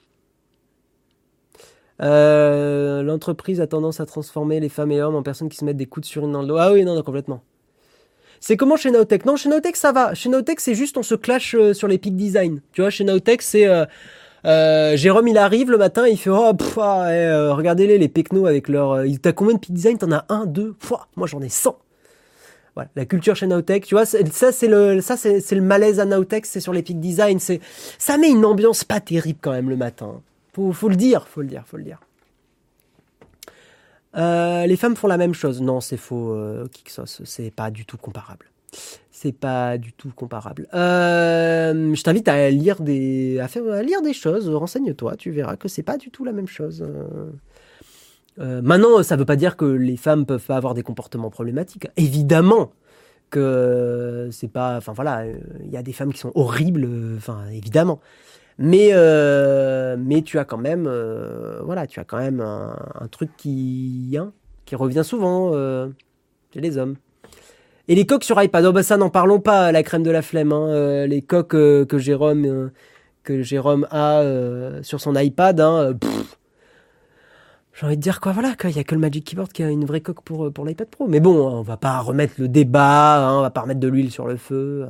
L'entreprise a tendance à transformer les femmes et hommes en personnes qui se mettent des coudes sur une dans le dos. Ah oui, non, complètement. C'est comment chez Nowtech? Non, chez Nowtech ça va. Chez Nowtech c'est juste on se clash sur les peak design. Tu vois, chez Nowtech c'est Jérôme il arrive le matin, il fait regardez les pecnos avec leur. T'as combien de peak design? T'en as 1, 2. Moi j'en ai 100. Voilà, la culture chez Nowtech, tu vois, c'est le malaise à Nowtech, c'est sur les peak design, ça met une ambiance pas terrible quand même le matin. Faut le dire, faut le dire, faut le dire. Les femmes font la même chose. Non, c'est faux, Kixos. C'est pas du tout comparable. C'est pas du tout comparable. Je t'invite à lire à lire des choses. Renseigne-toi, tu verras que c'est pas du tout la même chose. Maintenant, ça veut pas dire que les femmes peuvent pas avoir des comportements problématiques. Évidemment que c'est pas. Enfin voilà, il y a des femmes qui sont horribles. Enfin évidemment. Mais tu as quand même, tu as quand même un truc qui revient souvent chez les hommes. Et les coques sur iPad, oh bah ça n'en parlons pas, la crème de la flemme. Hein. Les coques que Jérôme a sur son iPad, j'ai envie de dire quoi, voilà, il y a que le Magic Keyboard qui a une vraie coque pour l'iPad Pro. Mais bon, on va pas remettre le débat, on va pas remettre de l'huile sur le feu.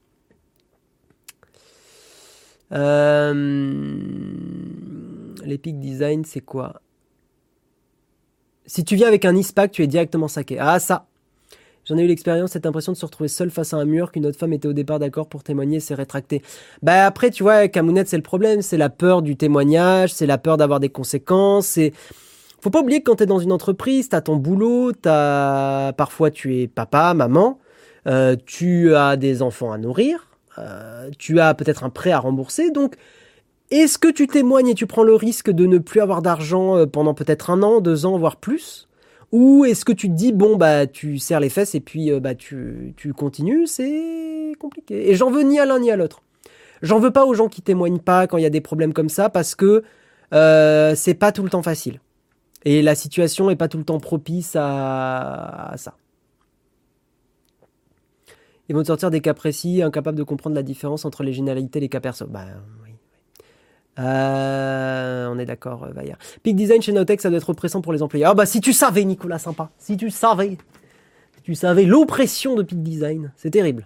L'Epic Design, c'est quoi? Si tu viens avec un ISPAC, tu es directement saqué. Ah, ça! J'en ai eu l'expérience, cette impression de se retrouver seul face à un mur, qu'une autre femme était au départ d'accord pour témoigner, s'est rétractée. Bah après, tu vois, Camounette, c'est le problème, c'est la peur du témoignage, c'est la peur d'avoir des conséquences, Faut pas oublier que quand t'es dans une entreprise, t'as ton boulot, parfois tu es papa, maman, tu as des enfants à nourrir, tu as peut-être un prêt à rembourser, donc est-ce que tu témoignes et tu prends le risque de ne plus avoir d'argent pendant peut-être 1 an, 2 ans, voire plus? Ou est-ce que tu te dis, bon, bah, tu serres les fesses et puis tu continues? C'est compliqué. Et j'en veux ni à l'un ni à l'autre. J'en veux pas aux gens qui témoignent pas quand il y a des problèmes comme ça parce que c'est pas tout le temps facile. Et la situation est pas tout le temps propice à ça. Ils vont te sortir des cas précis, incapables de comprendre la différence entre les généralités et les cas perso. Bah oui. On est d'accord, Vaillard. Peak Design chez Notech, ça doit être oppressant pour les employés. Ah bah si tu savais, Nicolas, sympa. Si tu savais l'oppression de Peak Design, c'est terrible.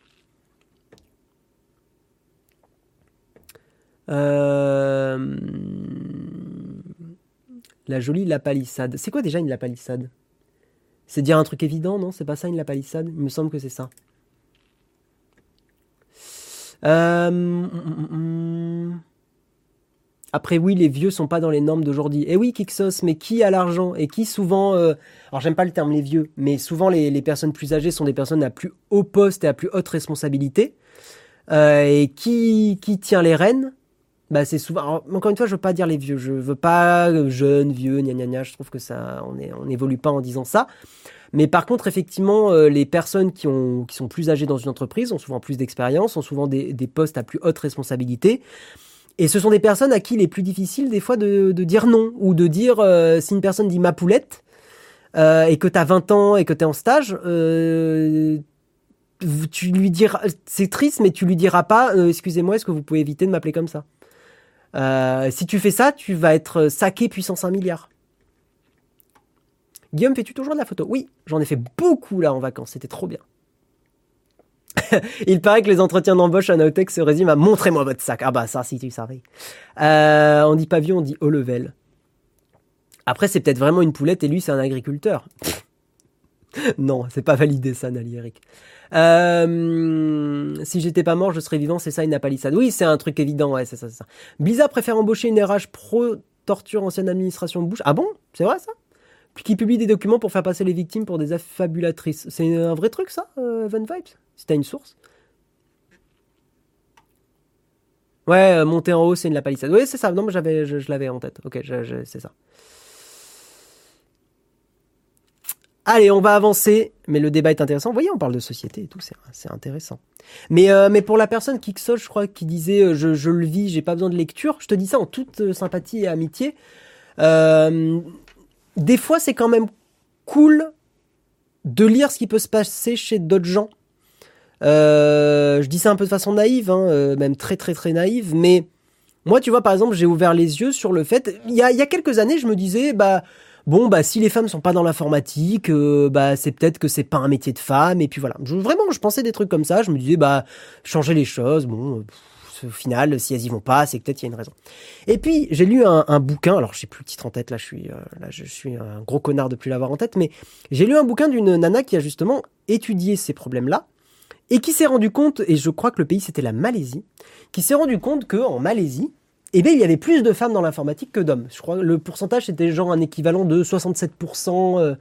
La jolie lapalissade. C'est quoi déjà une lapalissade? C'est dire un truc évident, non? C'est pas ça une lapalissade? Il me semble que c'est ça. Après oui, les vieux sont pas dans les normes d'aujourd'hui. Et oui, Kixos, mais qui a l'argent? Et qui souvent... alors j'aime pas le terme les vieux, mais souvent les personnes plus âgées sont des personnes à plus haut poste et à plus haute responsabilité. Et qui tient les rênes? Bah c'est souvent... Alors, encore une fois, je veux pas dire les vieux. Je veux pas jeunes, vieux, gna gna gna. Je trouve que ça... On n'évolue pas en disant ça. Mais par contre, effectivement, les personnes qui sont plus âgées dans une entreprise ont souvent plus d'expérience, ont souvent des postes à plus haute responsabilité. Et ce sont des personnes à qui il est plus difficile des fois de dire non, ou de dire, si une personne dit ma poulette, et que t'as 20 ans et que t'es en stage, tu lui diras, c'est triste, mais tu lui diras pas, excusez-moi, est-ce que vous pouvez éviter de m'appeler comme ça? Si tu fais ça, tu vas être saqué puissance 1 milliard. Guillaume, fais-tu toujours de la photo? Oui, j'en ai fait beaucoup là en vacances, c'était trop bien. Il paraît que les entretiens d'embauche à Nowtech se résument à montrez-moi votre sac. Ah bah ça, si tu savais. On dit pavillon, on dit haut level. Après, c'est peut-être vraiment une poulette et lui, c'est un agriculteur. Non, c'est pas validé ça, Nali Eric. Si j'étais pas mort, je serais vivant, c'est ça une apalissade. Oui, c'est un truc évident, ouais, c'est ça, c'est ça. Blizzard préfère embaucher une RH pro torture ancienne administration de Bush. Ah bon? C'est vrai ça? Puis qui publie des documents pour faire passer les victimes pour des affabulatrices. C'est un vrai truc ça, Van Vibes? Si t'as une source? Ouais, monter en haut, c'est une lapalissade. Oui, c'est ça. Non, mais je l'avais en tête. Ok, c'est ça. Allez, on va avancer. Mais le débat est intéressant. Vous voyez, on parle de société et tout. C'est intéressant. Mais pour la personne Kixol, je crois, qui disait je le vis, j'ai pas besoin de lecture. Je te dis ça en toute sympathie et amitié. Des fois, c'est quand même cool de lire ce qui peut se passer chez d'autres gens. Je dis ça un peu de façon naïve, même très très très naïve, mais moi, tu vois, par exemple, j'ai ouvert les yeux sur le fait, il y a quelques années, je me disais, si les femmes sont pas dans l'informatique, c'est peut-être que c'est pas un métier de femme, et puis voilà. Vraiment, je pensais des trucs comme ça, je me disais, changer les choses, au final, si elles y vont pas, c'est que peut-être il y a une raison. Et puis, j'ai lu un bouquin, alors j'ai plus le titre en tête, je suis un gros connard de plus l'avoir en tête, mais j'ai lu un bouquin d'une nana qui a justement étudié ces problèmes-là, et qui s'est rendu compte, et je crois que le pays c'était la Malaisie, qui s'est rendu compte qu'en Malaisie, eh bien, il y avait plus de femmes dans l'informatique que d'hommes. Je crois que le pourcentage, c'était genre un équivalent de 67%,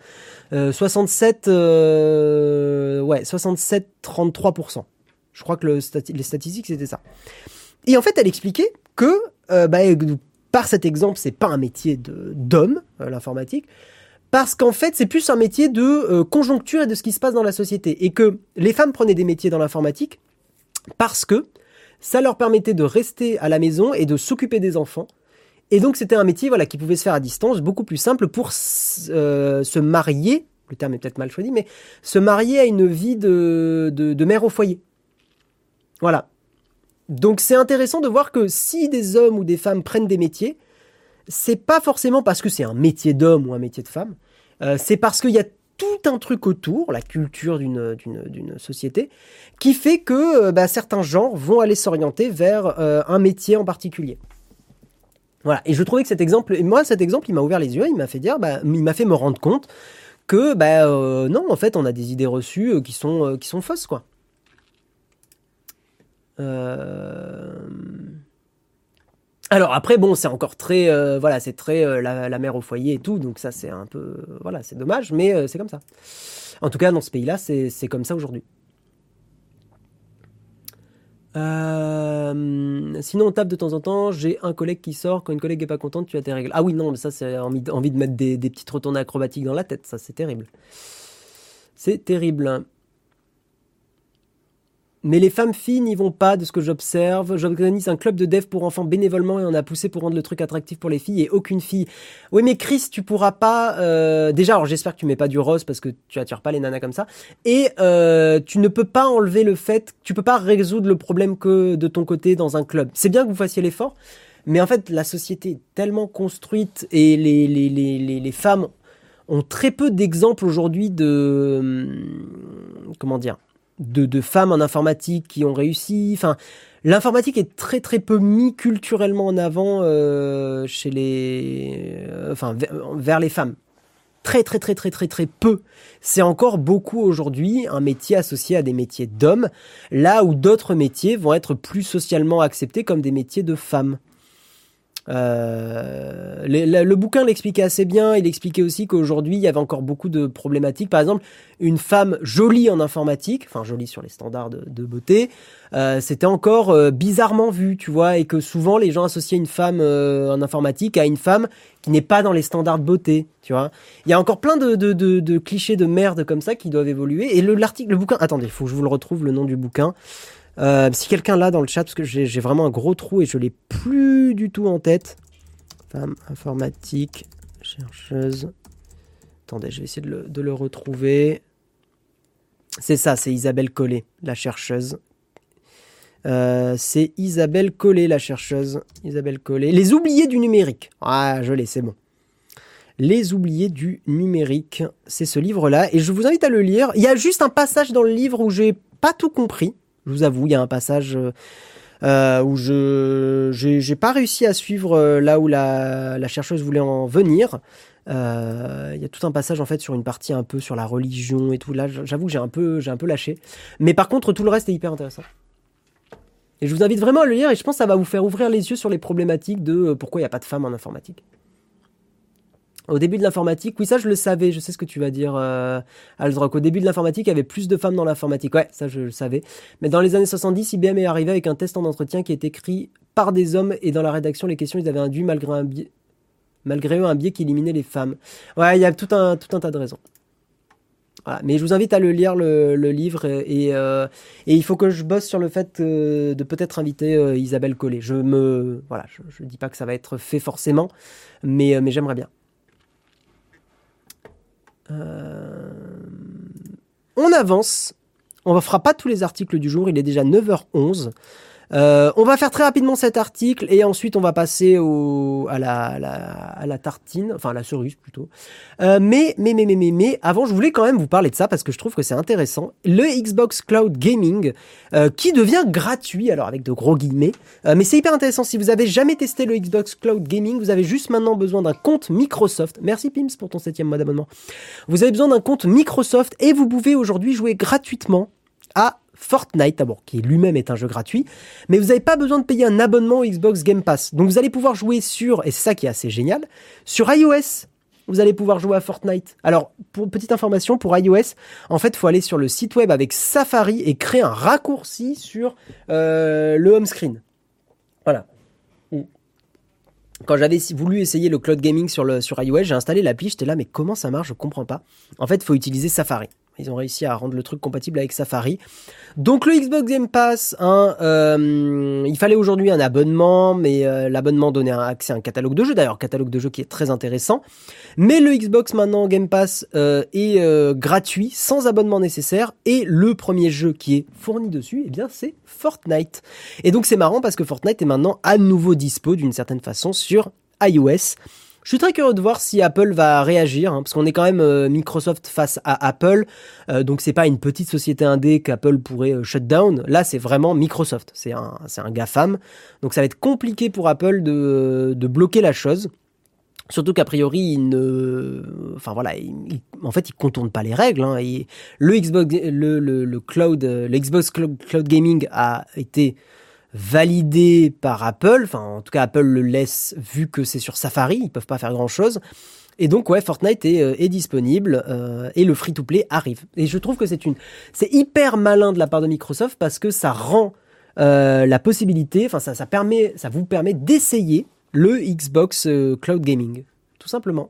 63%. Je crois que les statistiques, c'était ça. Et en fait, elle expliquait que, par cet exemple, c'est pas un métier d'homme, l'informatique, parce qu'en fait, c'est plus un métier de conjoncture et de ce qui se passe dans la société. Et que les femmes prenaient des métiers dans l'informatique parce que ça leur permettait de rester à la maison et de s'occuper des enfants. Et donc, c'était un métier qui pouvait se faire à distance, beaucoup plus simple pour se marier, le terme est peut-être mal choisi, mais se marier à une vie de mère au foyer. Voilà. Donc, c'est intéressant de voir que si des hommes ou des femmes prennent des métiers, c'est pas forcément parce que c'est un métier d'homme ou un métier de femme, c'est parce qu'il y a tout un truc autour, la culture d'une société, qui fait que certains genres vont aller s'orienter vers un métier en particulier. Voilà. Et je trouvais que cet exemple, il m'a ouvert les yeux, il m'a fait dire, il m'a fait me rendre compte que, non, en fait, on a des idées reçues qui sont fausses, quoi. Alors après, bon, c'est encore très, c'est très la mère au foyer et tout, donc ça c'est un peu, c'est dommage, mais c'est comme ça. En tout cas, dans ce pays-là, c'est comme ça aujourd'hui. Sinon, on tape de temps en temps. J'ai un collègue qui sort. Quand une collègue est pas contente, tu as tes règles. Ah oui, non, mais ça c'est envie de mettre des petites retournées acrobatiques dans la tête. Ça, c'est terrible. C'est terrible. Mais les femmes-filles n'y vont pas, de ce que j'observe. J'organise un club de dev pour enfants bénévolement et on a poussé pour rendre le truc attractif pour les filles et aucune fille. Oui, mais Chris, tu pourras pas... Déjà, alors j'espère que tu mets pas du rose parce que tu attires pas les nanas comme ça. Et tu ne peux pas enlever le fait... Tu peux pas résoudre le problème que de ton côté dans un club. C'est bien que vous fassiez l'effort, mais en fait, la société est tellement construite et les femmes ont très peu d'exemples aujourd'hui de... Comment dire ? De femmes en informatique qui ont réussi. Enfin, l'informatique est très très peu mis culturellement en avant chez vers les femmes. Très très très très très très peu. C'est encore beaucoup aujourd'hui un métier associé à des métiers d'hommes, là où d'autres métiers vont être plus socialement acceptés comme des métiers de femmes. Le bouquin l'expliquait assez bien. Il expliquait aussi qu'aujourd'hui il y avait encore beaucoup de problématiques. Par exemple, une femme jolie en informatique, enfin jolie sur les standards de beauté, c'était encore bizarrement vu, tu vois, et que souvent les gens associaient une femme en informatique à une femme qui n'est pas dans les standards de beauté, tu vois. Il y a encore plein de clichés de merde comme ça qui doivent évoluer. Et le bouquin, attendez, il faut que je vous le retrouve, le nom du bouquin. Si quelqu'un l'a dans le chat, parce que j'ai vraiment un gros trou et je l'ai plus du tout en tête. Femme informatique, chercheuse. Attendez, je vais essayer de le retrouver. C'est ça, c'est Isabelle Collet, la chercheuse. C'est Isabelle Collet, la chercheuse. Isabelle Collet. Les oubliés du numérique. Ah, je l'ai, c'est bon. Les oubliés du numérique. C'est ce livre-là. Et je vous invite à le lire. Il y a juste un passage dans le livre où j'ai pas tout compris. Je vous avoue, il y a un passage où j'ai pas réussi à suivre là où la chercheuse voulait en venir. Il y a tout un passage en fait sur une partie un peu sur la religion et tout. Là, j'avoue que j'ai un peu lâché. Mais par contre, tout le reste est hyper intéressant. Et je vous invite vraiment à le lire et je pense que ça va vous faire ouvrir les yeux sur les problématiques de pourquoi il n'y a pas de femmes en informatique. Au début de l'informatique, oui, ça je le savais, je sais ce que tu vas dire, Aldrock. Au début de l'informatique, il y avait plus de femmes dans l'informatique. Ouais, ça je le savais. Mais dans les années 70, IBM est arrivé avec un test en entretien qui est écrit par des hommes et dans la rédaction, les questions, ils avaient induit malgré eux un biais qui éliminait les femmes. Ouais, il y a tout un tas de raisons. Voilà. Mais je vous invite à le lire, le livre, et il faut que je bosse sur le fait de peut-être inviter Isabelle Collet. Je dis pas que ça va être fait forcément, mais j'aimerais bien. On avance. On ne fera pas tous les articles du jour. Il est déjà 9h11. On va faire très rapidement cet article et ensuite on va passer à la tartine, enfin à la cerise plutôt. Mais avant, je voulais quand même vous parler de ça parce que je trouve que c'est intéressant. Le Xbox Cloud Gaming qui devient gratuit, alors avec de gros guillemets, mais c'est hyper intéressant. Si vous avez jamais testé le Xbox Cloud Gaming, vous avez juste maintenant besoin d'un compte Microsoft. Merci Pims pour ton 7e mois d'abonnement. Vous avez besoin d'un compte Microsoft et vous pouvez aujourd'hui jouer gratuitement à Fortnite, d'abord, qui lui-même est un jeu gratuit, mais vous n'avez pas besoin de payer un abonnement au Xbox Game Pass. Donc vous allez pouvoir jouer sur, et c'est ça qui est assez génial, sur iOS. Vous allez pouvoir jouer à Fortnite. Alors, pour petite information, pour iOS, en fait, il faut aller sur le site web avec Safari et créer un raccourci sur le home screen. Voilà. Quand j'avais voulu essayer le cloud gaming sur iOS, j'ai installé l'appli, j'étais là, mais comment ça marche? Je comprends pas. En fait, il faut utiliser Safari. Ils ont réussi à rendre le truc compatible avec Safari. Donc le Xbox Game Pass, il fallait aujourd'hui un abonnement, mais l'abonnement donnait accès à un catalogue de jeux, d'ailleurs, catalogue de jeux qui est très intéressant. Mais le Xbox maintenant Game Pass est gratuit, sans abonnement nécessaire, et le premier jeu qui est fourni dessus, eh bien c'est Fortnite. Et donc c'est marrant parce que Fortnite est maintenant à nouveau dispo d'une certaine façon sur iOS. Je suis très curieux de voir si Apple va réagir, parce qu'on est quand même Microsoft face à Apple, donc c'est pas une petite société indé qu'Apple pourrait shut down. Là, c'est vraiment Microsoft, c'est un GAFAM, donc ça va être compliqué pour Apple de bloquer la chose. Surtout qu'a priori, en fait, ils contournent pas les règles. Le Xbox, le Xbox Cloud Gaming a été validé par Apple, enfin en tout cas Apple le laisse vu que c'est sur Safari, ils peuvent pas faire grand chose, et donc ouais, Fortnite est disponible et le free-to-play arrive, et je trouve que c'est hyper malin de la part de Microsoft parce que ça rend la possibilité, enfin ça vous permet d'essayer le Xbox Cloud Gaming, tout simplement.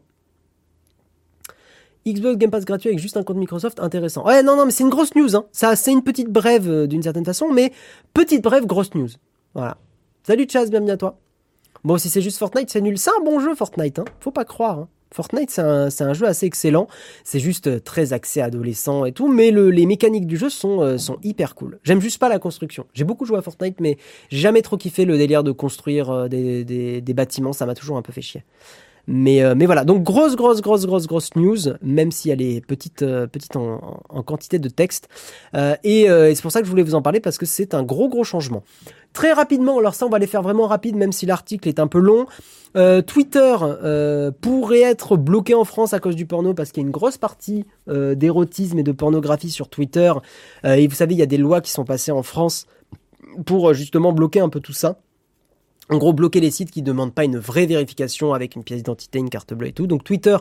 Xbox Game Pass gratuit avec juste un compte Microsoft, intéressant. Ouais, non, mais c'est une grosse news, hein. Ça, c'est une petite brève d'une certaine façon, mais petite brève, grosse news. Voilà. Salut Chaz, bienvenue à toi. Bon, si c'est juste Fortnite, c'est nul. C'est un bon jeu, Fortnite, hein. Faut pas croire, hein. Fortnite, c'est un jeu assez excellent. C'est juste très axé adolescent et tout, mais les mécaniques du jeu sont hyper cool. J'aime juste pas la construction. J'ai beaucoup joué à Fortnite, mais j'ai jamais trop kiffé le délire de construire des bâtiments. Ça m'a toujours un peu fait chier. Mais voilà, donc grosse news, même si elle est petite en quantité de texte. Et c'est pour ça que je voulais vous en parler, parce que c'est un gros changement. Très rapidement, alors ça on va les faire vraiment rapide, même si l'article est un peu long. Twitter pourrait être bloqué en France à cause du porno, parce qu'il y a une grosse partie d'érotisme et de pornographie sur Twitter. Et vous savez, il y a des lois qui sont passées en France pour justement bloquer un peu tout ça. En gros, bloquer les sites qui ne demandent pas une vraie vérification avec une pièce d'identité, une carte bleue et tout. Donc Twitter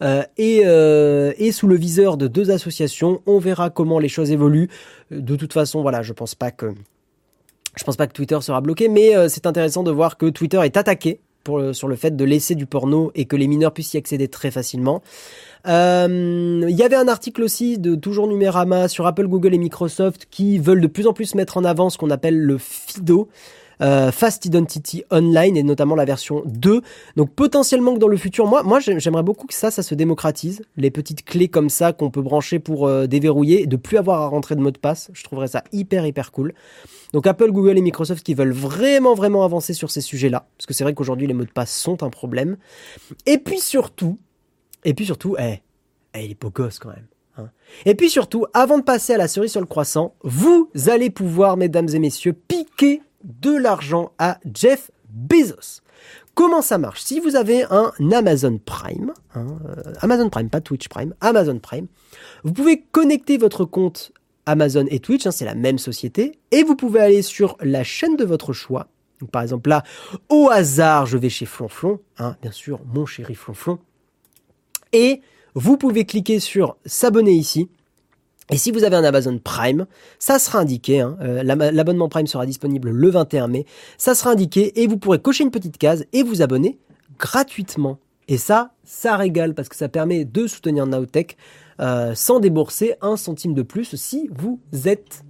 est sous le viseur de 2 associations. On verra comment les choses évoluent. De toute façon, voilà, je pense pas que Twitter sera bloqué, mais c'est intéressant de voir que Twitter est attaqué sur le fait de laisser du porno et que les mineurs puissent y accéder très facilement. Il y avait un article aussi de toujours Numérama sur Apple, Google et Microsoft qui veulent de plus en plus mettre en avant ce qu'on appelle le FIDO. Fast Identity Online, et notamment la version 2. Donc potentiellement que dans le futur, moi j'aimerais beaucoup que ça se démocratise, les petites clés comme ça qu'on peut brancher pour déverrouiller, et de plus avoir à rentrer de mot de passe. Je trouverais ça hyper cool. Donc Apple, Google et Microsoft qui veulent vraiment avancer sur ces sujets-là, parce que c'est vrai qu'aujourd'hui les mots de passe sont un problème. Et puis surtout, il est beau gosse quand même. Hein. Et puis surtout, avant de passer à la cerise sur le croissant, vous allez pouvoir, mesdames et messieurs, piquer de l'argent à Jeff Bezos. Comment ça marche? Si vous avez un Amazon Prime, Amazon Prime, pas Twitch Prime, Amazon Prime, vous pouvez connecter votre compte Amazon et Twitch, c'est la même société, et vous pouvez aller sur la chaîne de votre choix. Donc, par exemple là, au hasard, je vais chez Flonflon, bien sûr, mon chéri Flonflon, et vous pouvez cliquer sur s'abonner ici. Et si vous avez un Amazon Prime, ça sera indiqué, l'abonnement Prime sera disponible le 21 mai, ça sera indiqué et vous pourrez cocher une petite case et vous abonner gratuitement. Et ça régale parce que ça permet de soutenir Nowtech sans débourser 1 centime de plus si vous êtes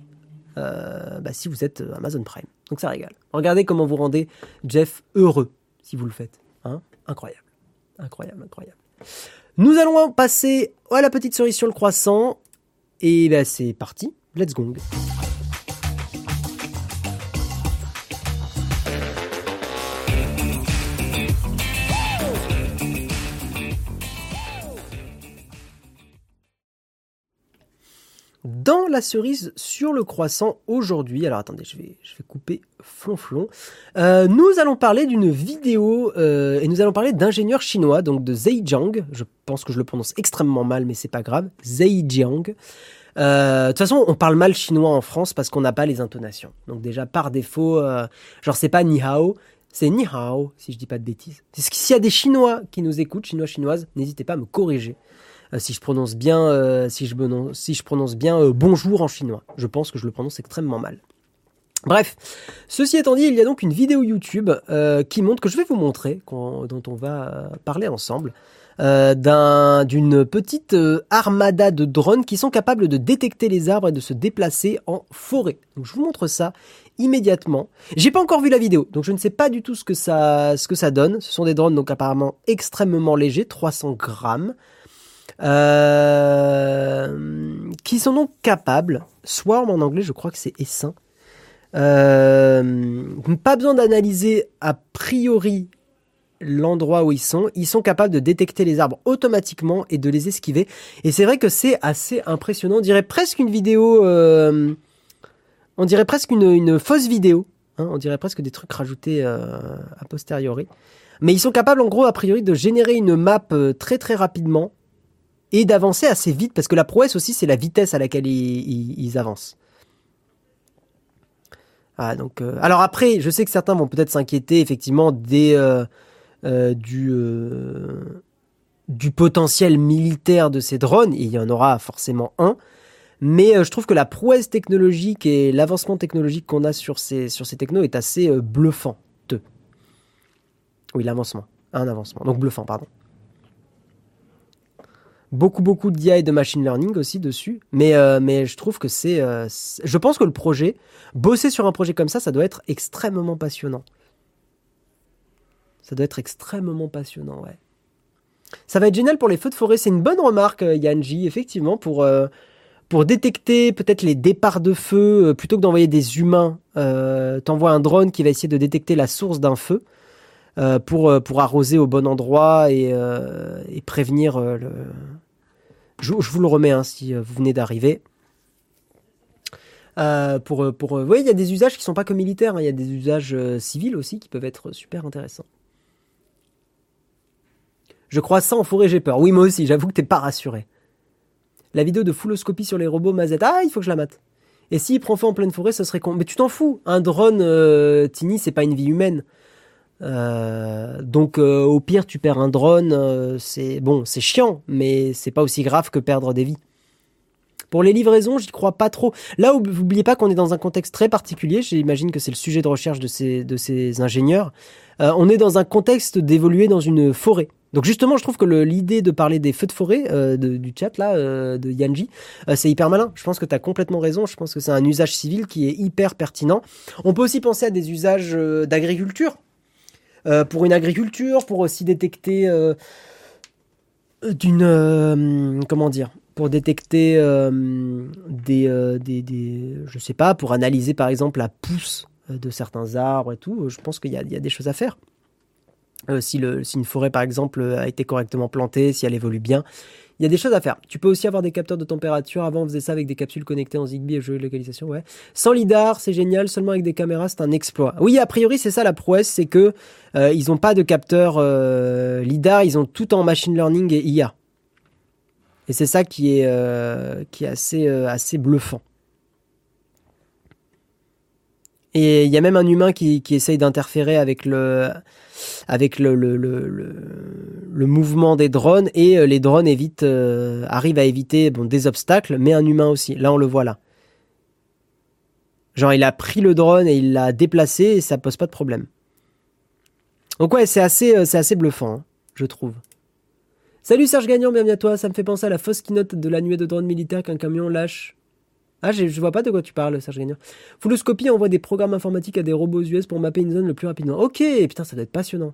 Amazon Prime. Donc ça régale. Regardez comment vous rendez Jeff heureux si vous le faites. Incroyable. Nous allons passer à la petite cerise sur le croissant. Et c'est parti, let's go. Dans la cerise sur le croissant aujourd'hui, alors attendez, je vais couper Flonflon. Nous allons parler d'une vidéo et nous allons parler d'ingénieurs chinois, donc de Zhejiang. Je pense que je le prononce extrêmement mal, mais c'est pas grave. Zhejiang. De toute façon, on parle mal chinois en France parce qu'on n'a pas les intonations. Donc déjà, par défaut, genre c'est pas ni hao, c'est ni hao, si je dis pas de bêtises. S'il y a des Chinois qui nous écoutent, Chinois, chinoises, n'hésitez pas à me corriger si je prononce bien, si je prononce bien bonjour en chinois. Je pense que je le prononce extrêmement mal. Bref, ceci étant dit, il y a donc une vidéo YouTube qui montre, que je vais vous montrer, dont on va parler ensemble, d'une petite armada de drones qui sont capables de détecter les arbres et de se déplacer en forêt. Donc je vous montre ça immédiatement. J'ai pas encore vu la vidéo, donc je ne sais pas du tout ce que ça donne. Ce sont des drones donc apparemment extrêmement légers, 300 grammes, qui sont donc capables, Swarm en anglais, je crois que c'est essaim, pas besoin d'analyser a priori l'endroit où ils sont capables de détecter les arbres automatiquement et de les esquiver. Et c'est vrai que c'est assez impressionnant. On dirait presque une vidéo, on dirait presque une fausse vidéo. Hein, on dirait presque des trucs rajoutés a posteriori. Mais ils sont capables en gros a priori de générer une map très très rapidement et d'avancer assez vite parce que la prouesse aussi c'est la vitesse à laquelle ils avancent. Ah, donc, alors après, je sais que certains vont peut-être s'inquiéter effectivement du potentiel militaire de ces drones. Il y en aura forcément un. Mais je trouve que la prouesse technologique et l'avancement technologique qu'on a sur ces technos est assez bluffant. Oui, un avancement. Donc bluffant, pardon. Beaucoup d'IA et de machine learning aussi dessus. Mais je trouve que je pense que bosser sur un projet comme ça doit être extrêmement passionnant. Ça doit être extrêmement passionnant, ouais. Ça va être génial pour les feux de forêt. C'est une bonne remarque, Yanji, effectivement, pour détecter peut-être les départs de feu, plutôt que d'envoyer des humains. T'envoies un drone qui va essayer de détecter la source d'un feu pour arroser au bon endroit et prévenir le... Je vous le remets hein, si vous venez d'arriver. Oui, il y a des usages qui sont pas que militaires, hein, il y a des usages civils aussi qui peuvent être super intéressants. Je crois ça en forêt, j'ai peur. Oui, moi aussi, j'avoue que t'es pas rassuré. La vidéo de fulloscopie sur les robots Mazette. Ah, il faut que je la mate. Et s'il prend feu en pleine forêt, ce serait con. Mais tu t'en fous. Un drone, Tini, c'est pas une vie humaine. Donc au pire, tu perds un drone. C'est chiant, mais c'est pas aussi grave que perdre des vies. Pour les livraisons, j'y crois pas trop. Là, n'oubliez pas qu'on est dans un contexte très particulier. J'imagine que c'est le sujet de recherche de ces ingénieurs. On est dans un contexte d'évoluer dans une forêt. Donc justement, je trouve que l'idée de parler des feux de forêt du chat là de Yanji, c'est hyper malin. Je pense que tu as complètement raison. Je pense que c'est un usage civil qui est hyper pertinent. On peut aussi penser à des usages d'agriculture. Pour une agriculture, pour aussi détecter comment dire, pour détecter je sais pas, pour analyser par exemple la pousse de certains arbres et tout. Je pense qu'il y a des choses à faire. Si une forêt par exemple a été correctement plantée, si elle évolue bien, il y a des choses à faire. Tu peux aussi avoir des capteurs de température. Avant, on faisait ça avec des capsules connectées en Zigbee et géolocalisation, ouais. Sans lidar, c'est génial. Seulement avec des caméras, c'est un exploit. Oui, a priori, c'est ça la prouesse, c'est que ils ont pas de capteur lidar, ils ont tout en machine learning et IA. Et c'est ça qui est assez bluffant. Et il y a même un humain qui essaye d'interférer avec le mouvement des drones et les drones arrivent à éviter des obstacles, mais un humain aussi. Là, on le voit là. Genre, il a pris le drone et il l'a déplacé et ça pose pas de problème. Donc ouais, c'est assez bluffant, hein, je trouve. Salut Serge Gagnant, bienvenue à toi. Ça me fait penser à la fausse keynote de la nuée de drones militaires qu'un camion lâche. Ah, je vois pas de quoi tu parles, Serge Gagnant. Fulloscopie envoie des programmes informatiques à des robots US pour mapper une zone le plus rapidement. Ok, putain, ça doit être passionnant.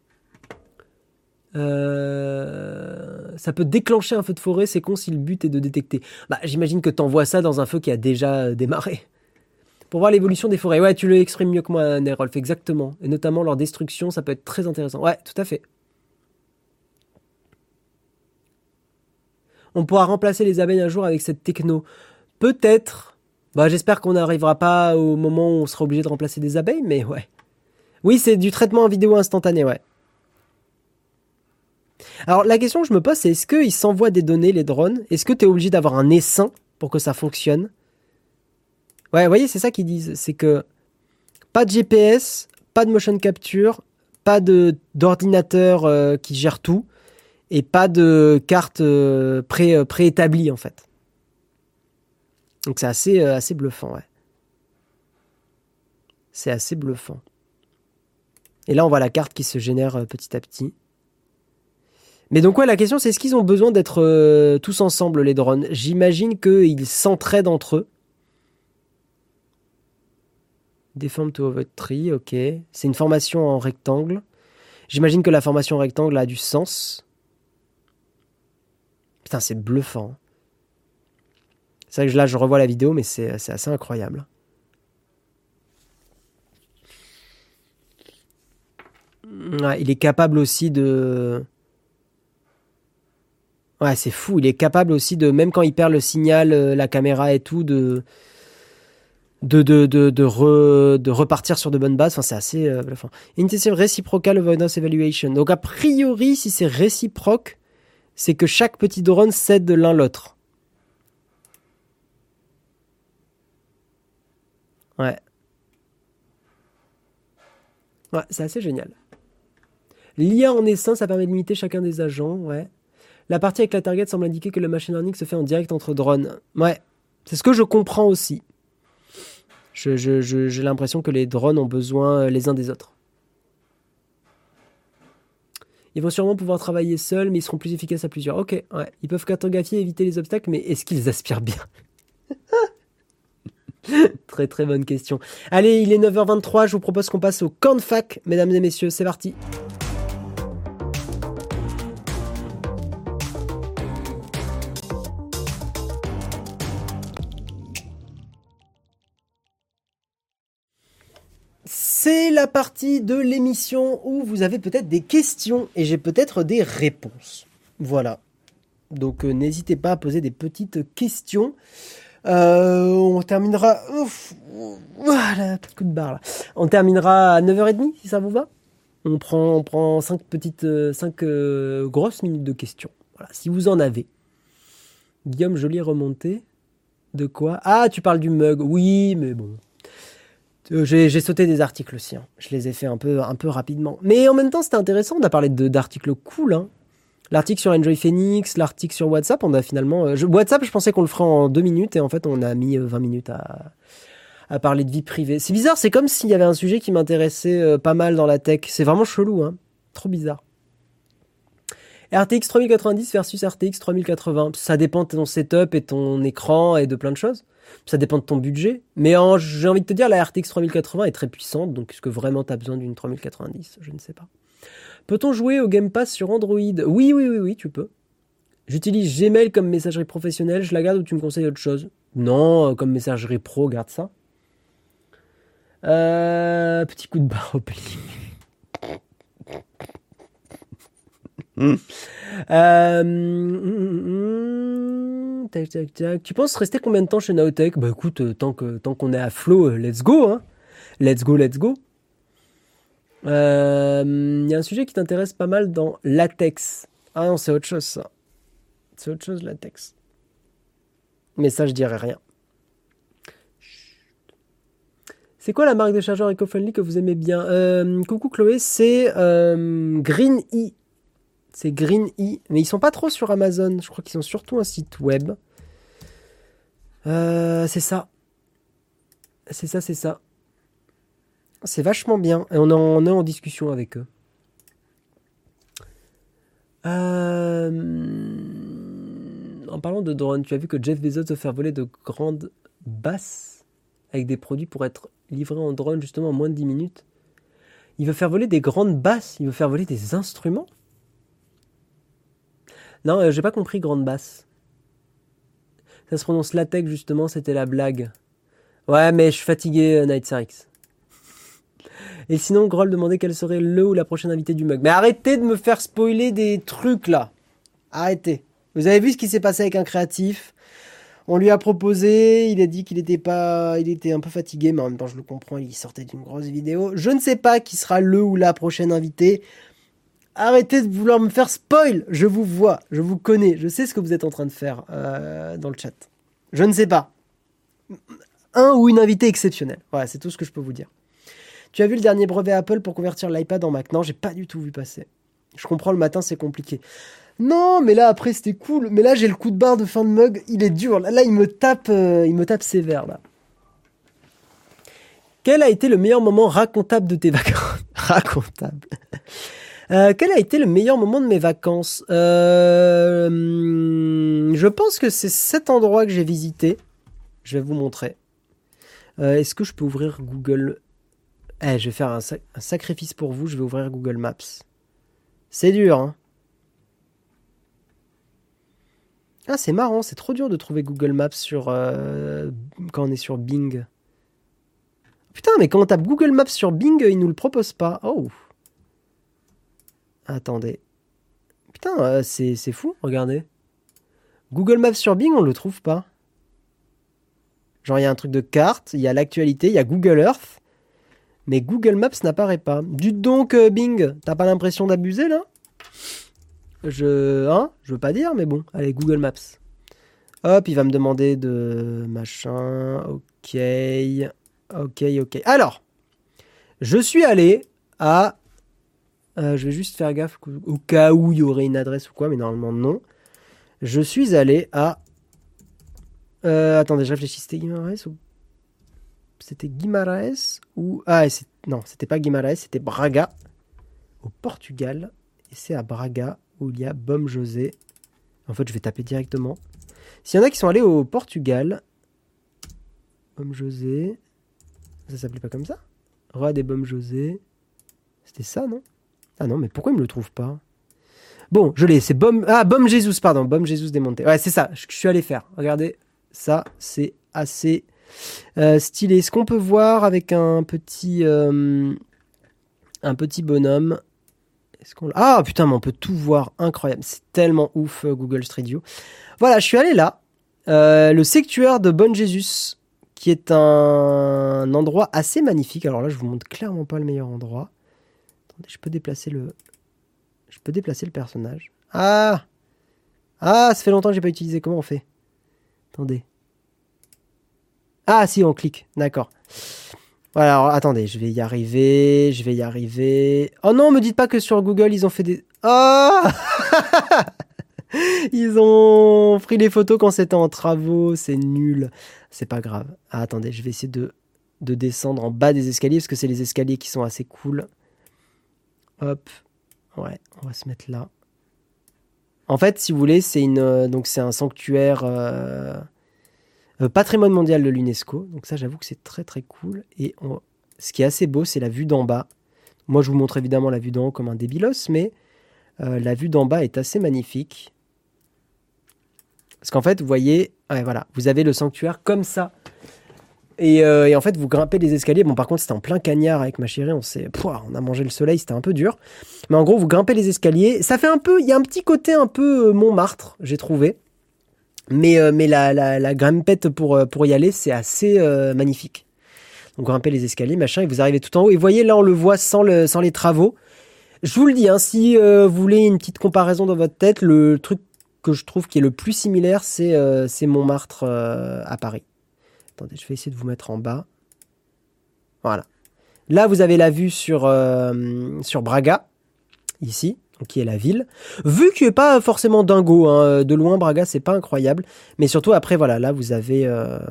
Ça peut déclencher un feu de forêt, c'est con si le but est de détecter. Bah, j'imagine que t'envoies ça dans un feu qui a déjà démarré. Pour voir l'évolution des forêts. Ouais, tu le exprimes mieux que moi, Nerolf, exactement. Et notamment leur destruction, ça peut être très intéressant. Ouais, tout à fait. On pourra remplacer les abeilles un jour avec cette techno. Peut-être. Bah, j'espère qu'on n'arrivera pas au moment où on sera obligé de remplacer des abeilles, mais ouais. Oui, c'est du traitement en vidéo instantané, ouais. Alors, la question que je me pose, c'est est-ce qu'ils s'envoient des données, les drones? Est-ce que tu es obligé d'avoir un essaim pour que ça fonctionne. Ouais, vous voyez, c'est ça qu'ils disent. C'est que pas de GPS, pas de motion capture, pas d'ordinateur qui gère tout, et pas de carte préétablie, en fait. Donc c'est assez bluffant, ouais. C'est assez bluffant. Et là, on voit la carte qui se génère petit à petit. Mais donc, ouais, la question, c'est est-ce qu'ils ont besoin d'être tous ensemble, les drones? J'imagine qu'ils s'entraident entre eux. Deform to over tree, ok. C'est une formation en rectangle. J'imagine que la formation en rectangle a du sens. Putain, c'est bluffant. C'est vrai que là, je revois la vidéo, mais c'est assez incroyable. Ouais, il est capable aussi de... Ouais, c'est fou. Il est capable aussi de, même quand il perd le signal, la caméra et tout, de repartir sur de bonnes bases. Enfin, c'est assez bluffant. Intensive Reciprocal Avoidance Evaluation. Donc, a priori, si c'est réciproque, c'est que chaque petit drone cède l'un l'autre. Ouais. Ouais, c'est assez génial. L'IA en essaim, ça permet de limiter chacun des agents, ouais. La partie avec la target semble indiquer que le machine learning se fait en direct entre drones. Ouais, c'est ce que je comprends aussi. J'ai l'impression que les drones ont besoin les uns des autres. Ils vont sûrement pouvoir travailler seuls, mais ils seront plus efficaces à plusieurs. Ok, ouais. Ils peuvent cartographier et éviter les obstacles, mais est-ce qu'ils aspirent bien? Très très bonne question. Allez, il est 9h23, je vous propose qu'on passe au camp de fac, mesdames et messieurs, c'est parti. C'est la partie de l'émission où vous avez peut-être des questions et j'ai peut-être des réponses. Voilà. Donc n'hésitez pas à poser des petites questions. On terminera... Voilà, coup de barre là. On terminera à 9h30 si ça vous va. On prend 5 grosses minutes de questions. Voilà, si vous en avez. Guillaume, jolie remontée. De quoi? Ah, tu parles du mug. Oui, mais bon. J'ai sauté des articles aussi. Hein. Je les ai fait un peu rapidement. Mais en même temps, c'était intéressant. On a parlé d'articles cool. Hein. L'article sur Enjoy Phoenix, l'article sur WhatsApp, on a finalement... WhatsApp, je pensais qu'on le ferait en 2 minutes et en fait, on a mis 20 minutes à parler de vie privée. C'est bizarre, c'est comme s'il y avait un sujet qui m'intéressait pas mal dans la tech. C'est vraiment chelou, hein. Trop bizarre. RTX 3090 versus RTX 3080. Ça dépend de ton setup et ton écran et de plein de choses. Ça dépend de ton budget. Mais j'ai envie de te dire, la RTX 3080 est très puissante. Donc, est-ce que vraiment tu as besoin d'une 3090? Je ne sais pas. Peut-on jouer au Game Pass sur Android? Oui, tu peux. J'utilise Gmail comme messagerie professionnelle. Je la garde ou tu me conseilles autre chose? Non, comme messagerie pro, garde ça. Petit coup de barre au pli. Tac. Tu penses rester combien de temps chez Naotech? Bah écoute, tant qu'on est à flot, let's go, hein. Let's go. Il y a un sujet qui t'intéresse pas mal dans latex. Ah non, c'est autre chose ça. C'est autre chose latex. Mais ça, je dirais rien. C'est quoi la marque de chargeur éco-friendly que vous aimez bien? Coucou Chloé, c'est Green E. C'est Green E. Mais ils sont pas trop sur Amazon. Je crois qu'ils sont surtout un site web. C'est ça. C'est ça. C'est vachement bien. Et on est en discussion avec eux. En parlant de drone, tu as vu que Jeff Bezos veut faire voler de grandes basses avec des produits pour être livrés en drone justement en moins de 10 minutes. Il veut faire voler des grandes basses. Il veut faire voler des instruments. Non, j'ai pas compris grande basse. Ça se prononce latex justement, c'était la blague. Ouais, mais je suis fatigué, Night Sarix. Et sinon, Groll demandait quel serait le ou la prochaine invitée du mug. Mais arrêtez de me faire spoiler des trucs là. Arrêtez. Vous avez vu ce qui s'est passé avec un créatif? On lui a proposé, il a dit qu'il était un peu fatigué, mais en même temps je le comprends, il sortait d'une grosse vidéo. Je ne sais pas qui sera le ou la prochaine invitée. Arrêtez de vouloir me faire spoil. Je vous vois, je vous connais, je sais ce que vous êtes en train de faire dans le chat. Je ne sais pas. Un ou une invitée exceptionnelle. Voilà, c'est tout ce que je peux vous dire. Tu as vu le dernier brevet Apple pour convertir l'iPad en Mac? Non, j'ai pas du tout vu passer. Je comprends, le matin, c'est compliqué. Non, mais là, après, c'était cool. Mais là, j'ai le coup de barre de fin de mug. Il est dur. Là, il me tape sévère, là. Quel a été le meilleur moment racontable de tes vacances? Racontable. Quel a été le meilleur moment de mes vacances? Je pense que c'est cet endroit que j'ai visité. Je vais vous montrer. Est-ce que je peux ouvrir Google? Je vais faire un sacrifice pour vous. Je vais ouvrir Google Maps. C'est dur, hein? Ah, c'est marrant. C'est trop dur de trouver Google Maps quand on est sur Bing. Putain, mais quand on tape Google Maps sur Bing, il nous le propose pas. Oh. Attendez. Putain, c'est fou, regardez. Google Maps sur Bing, on le trouve pas. Genre, il y a un truc de carte, il y a l'actualité, il y a Google Earth, mais Google Maps n'apparaît pas. Dites donc, Bing, t'as pas l'impression d'abuser, là? Je veux pas dire, mais bon. Allez, Google Maps. Hop, il va me demander de machin. Ok. Alors, je suis allé à... je vais juste faire gaffe au cas où il y aurait une adresse ou quoi, mais normalement non. Je suis allé à... attendez, je réfléchis, c'était Guimarães ou... C'était Guimarães ou... non, c'était pas Guimarães, c'était Braga, au Portugal. Et c'est à Braga où il y a Bom José. En fait, je vais taper directement. S'il y en a qui sont allés au Portugal... Bom José... Ça s'appelait pas comme ça? Roi des Bom José... C'était ça, non? Ah non, mais pourquoi il me le trouve pas? Bon, je l'ai, c'est Bom Jesus, pardon, Bom Jesus des Montes. Ouais, c'est ça, je suis allé faire. Regardez, ça, c'est assez stylé. Ce qu'on peut voir avec un petit bonhomme. Ah putain, mais on peut tout voir, incroyable. C'est tellement ouf, Google Street View. Voilà, je suis allé là. Le sanctuaire de Bom Jesus, qui est un endroit assez magnifique. Alors là, je vous montre clairement pas le meilleur endroit. Attendez, je peux déplacer le personnage. Ah, ça fait longtemps que j'ai pas utilisé. Comment on fait? Attendez. Ah si, on clique. D'accord. Voilà, alors, attendez, je vais y arriver. Oh non, me dites pas que sur Google, ils ont fait des... Ah ils ont pris les photos quand c'était en travaux. C'est nul. C'est pas grave. Ah, attendez, je vais essayer de descendre en bas des escaliers, parce que c'est les escaliers qui sont assez cool. Hop. Ouais, on va se mettre là. En fait, si vous voulez, c'est un sanctuaire patrimoine mondial de l'UNESCO. Donc ça, j'avoue que c'est très très cool. Et ce qui est assez beau, c'est la vue d'en bas. Moi, je vous montre évidemment la vue d'en haut comme un débilos, mais la vue d'en bas est assez magnifique. Parce qu'en fait, vous voyez, ouais, voilà, vous avez le sanctuaire comme ça. Et en fait, vous grimpez les escaliers. Bon, par contre, c'était en plein cagnard avec ma chérie. On a mangé le soleil, c'était un peu dur. Mais en gros, vous grimpez les escaliers. Ça fait un peu... Il y a un petit côté un peu Montmartre, j'ai trouvé. Mais la grimpette pour y aller, c'est assez magnifique. Donc, grimpez les escaliers, machin, et vous arrivez tout en haut. Et vous voyez, là, on le voit sans les travaux. Je vous le dis, hein, si vous voulez une petite comparaison dans votre tête, le truc que je trouve qui est le plus similaire, c'est Montmartre à Paris. Attendez, je vais essayer de vous mettre en bas. Voilà. Là, vous avez la vue sur Braga, ici, qui est la ville. Vue qui n'est pas forcément dingo, hein. De loin, Braga, c'est pas incroyable. Mais surtout, après, voilà, là, vous avez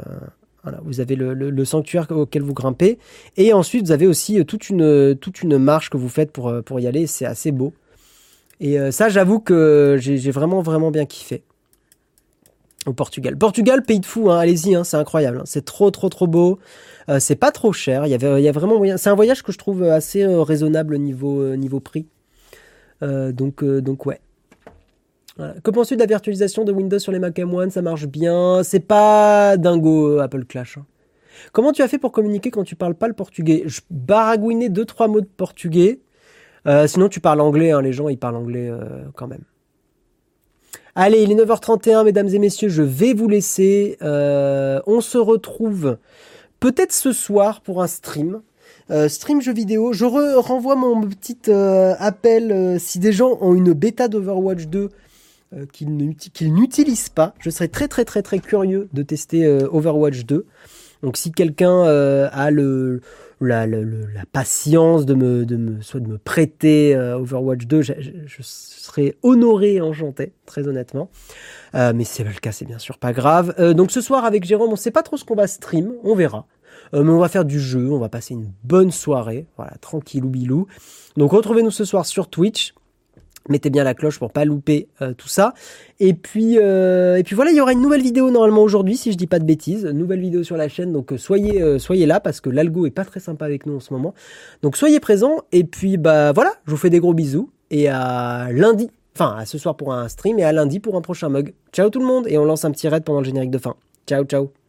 le sanctuaire auquel vous grimpez. Et ensuite, vous avez aussi toute une marche que vous faites pour y aller. C'est assez beau. Et ça, j'avoue que j'ai vraiment, vraiment bien kiffé. Au Portugal. Portugal, pays de fou, hein. Allez-y, hein, c'est incroyable. Hein. C'est trop, trop, trop beau. C'est pas trop cher. Il y a vraiment moyen. C'est un voyage que je trouve assez raisonnable niveau prix. Donc ouais. Voilà. Que penses-tu de la virtualisation de Windows sur les Mac M1? Ça marche bien. C'est pas dingo, Apple Clash. Hein. Comment tu as fait pour communiquer quand tu parles pas le portugais? Je baragouinais 2-3 mots de portugais. Sinon, tu parles anglais. Hein. Les gens, ils parlent anglais quand même. Allez, il est 9h31, mesdames et messieurs, je vais vous laisser. On se retrouve peut-être ce soir pour un stream. Stream jeux vidéo. Je renvoie mon petit appel. Si des gens ont une bêta d'Overwatch 2, qu'il n'utilise pas. Je serais très très très très curieux de tester Overwatch 2. Donc si quelqu'un a la patience de me prêter Overwatch 2, je serais honoré et enchanté, très honnêtement. Mais si c'est pas le cas, c'est bien sûr pas grave. Donc ce soir avec Jérôme, on sait pas trop ce qu'on va stream, on verra. Mais on va faire du jeu, on va passer une bonne soirée, voilà, tranquillou bilou. Donc retrouvez-nous ce soir sur Twitch. Mettez bien la cloche pour pas louper tout ça. Et puis voilà, il y aura une nouvelle vidéo normalement aujourd'hui, si je dis pas de bêtises. Nouvelle vidéo sur la chaîne, donc soyez là parce que l'algo est pas très sympa avec nous en ce moment. Donc soyez présents. Et puis bah voilà, je vous fais des gros bisous et à lundi. Enfin, à ce soir pour un stream et à lundi pour un prochain mug. Ciao tout le monde et on lance un petit raid pendant le générique de fin. Ciao ciao.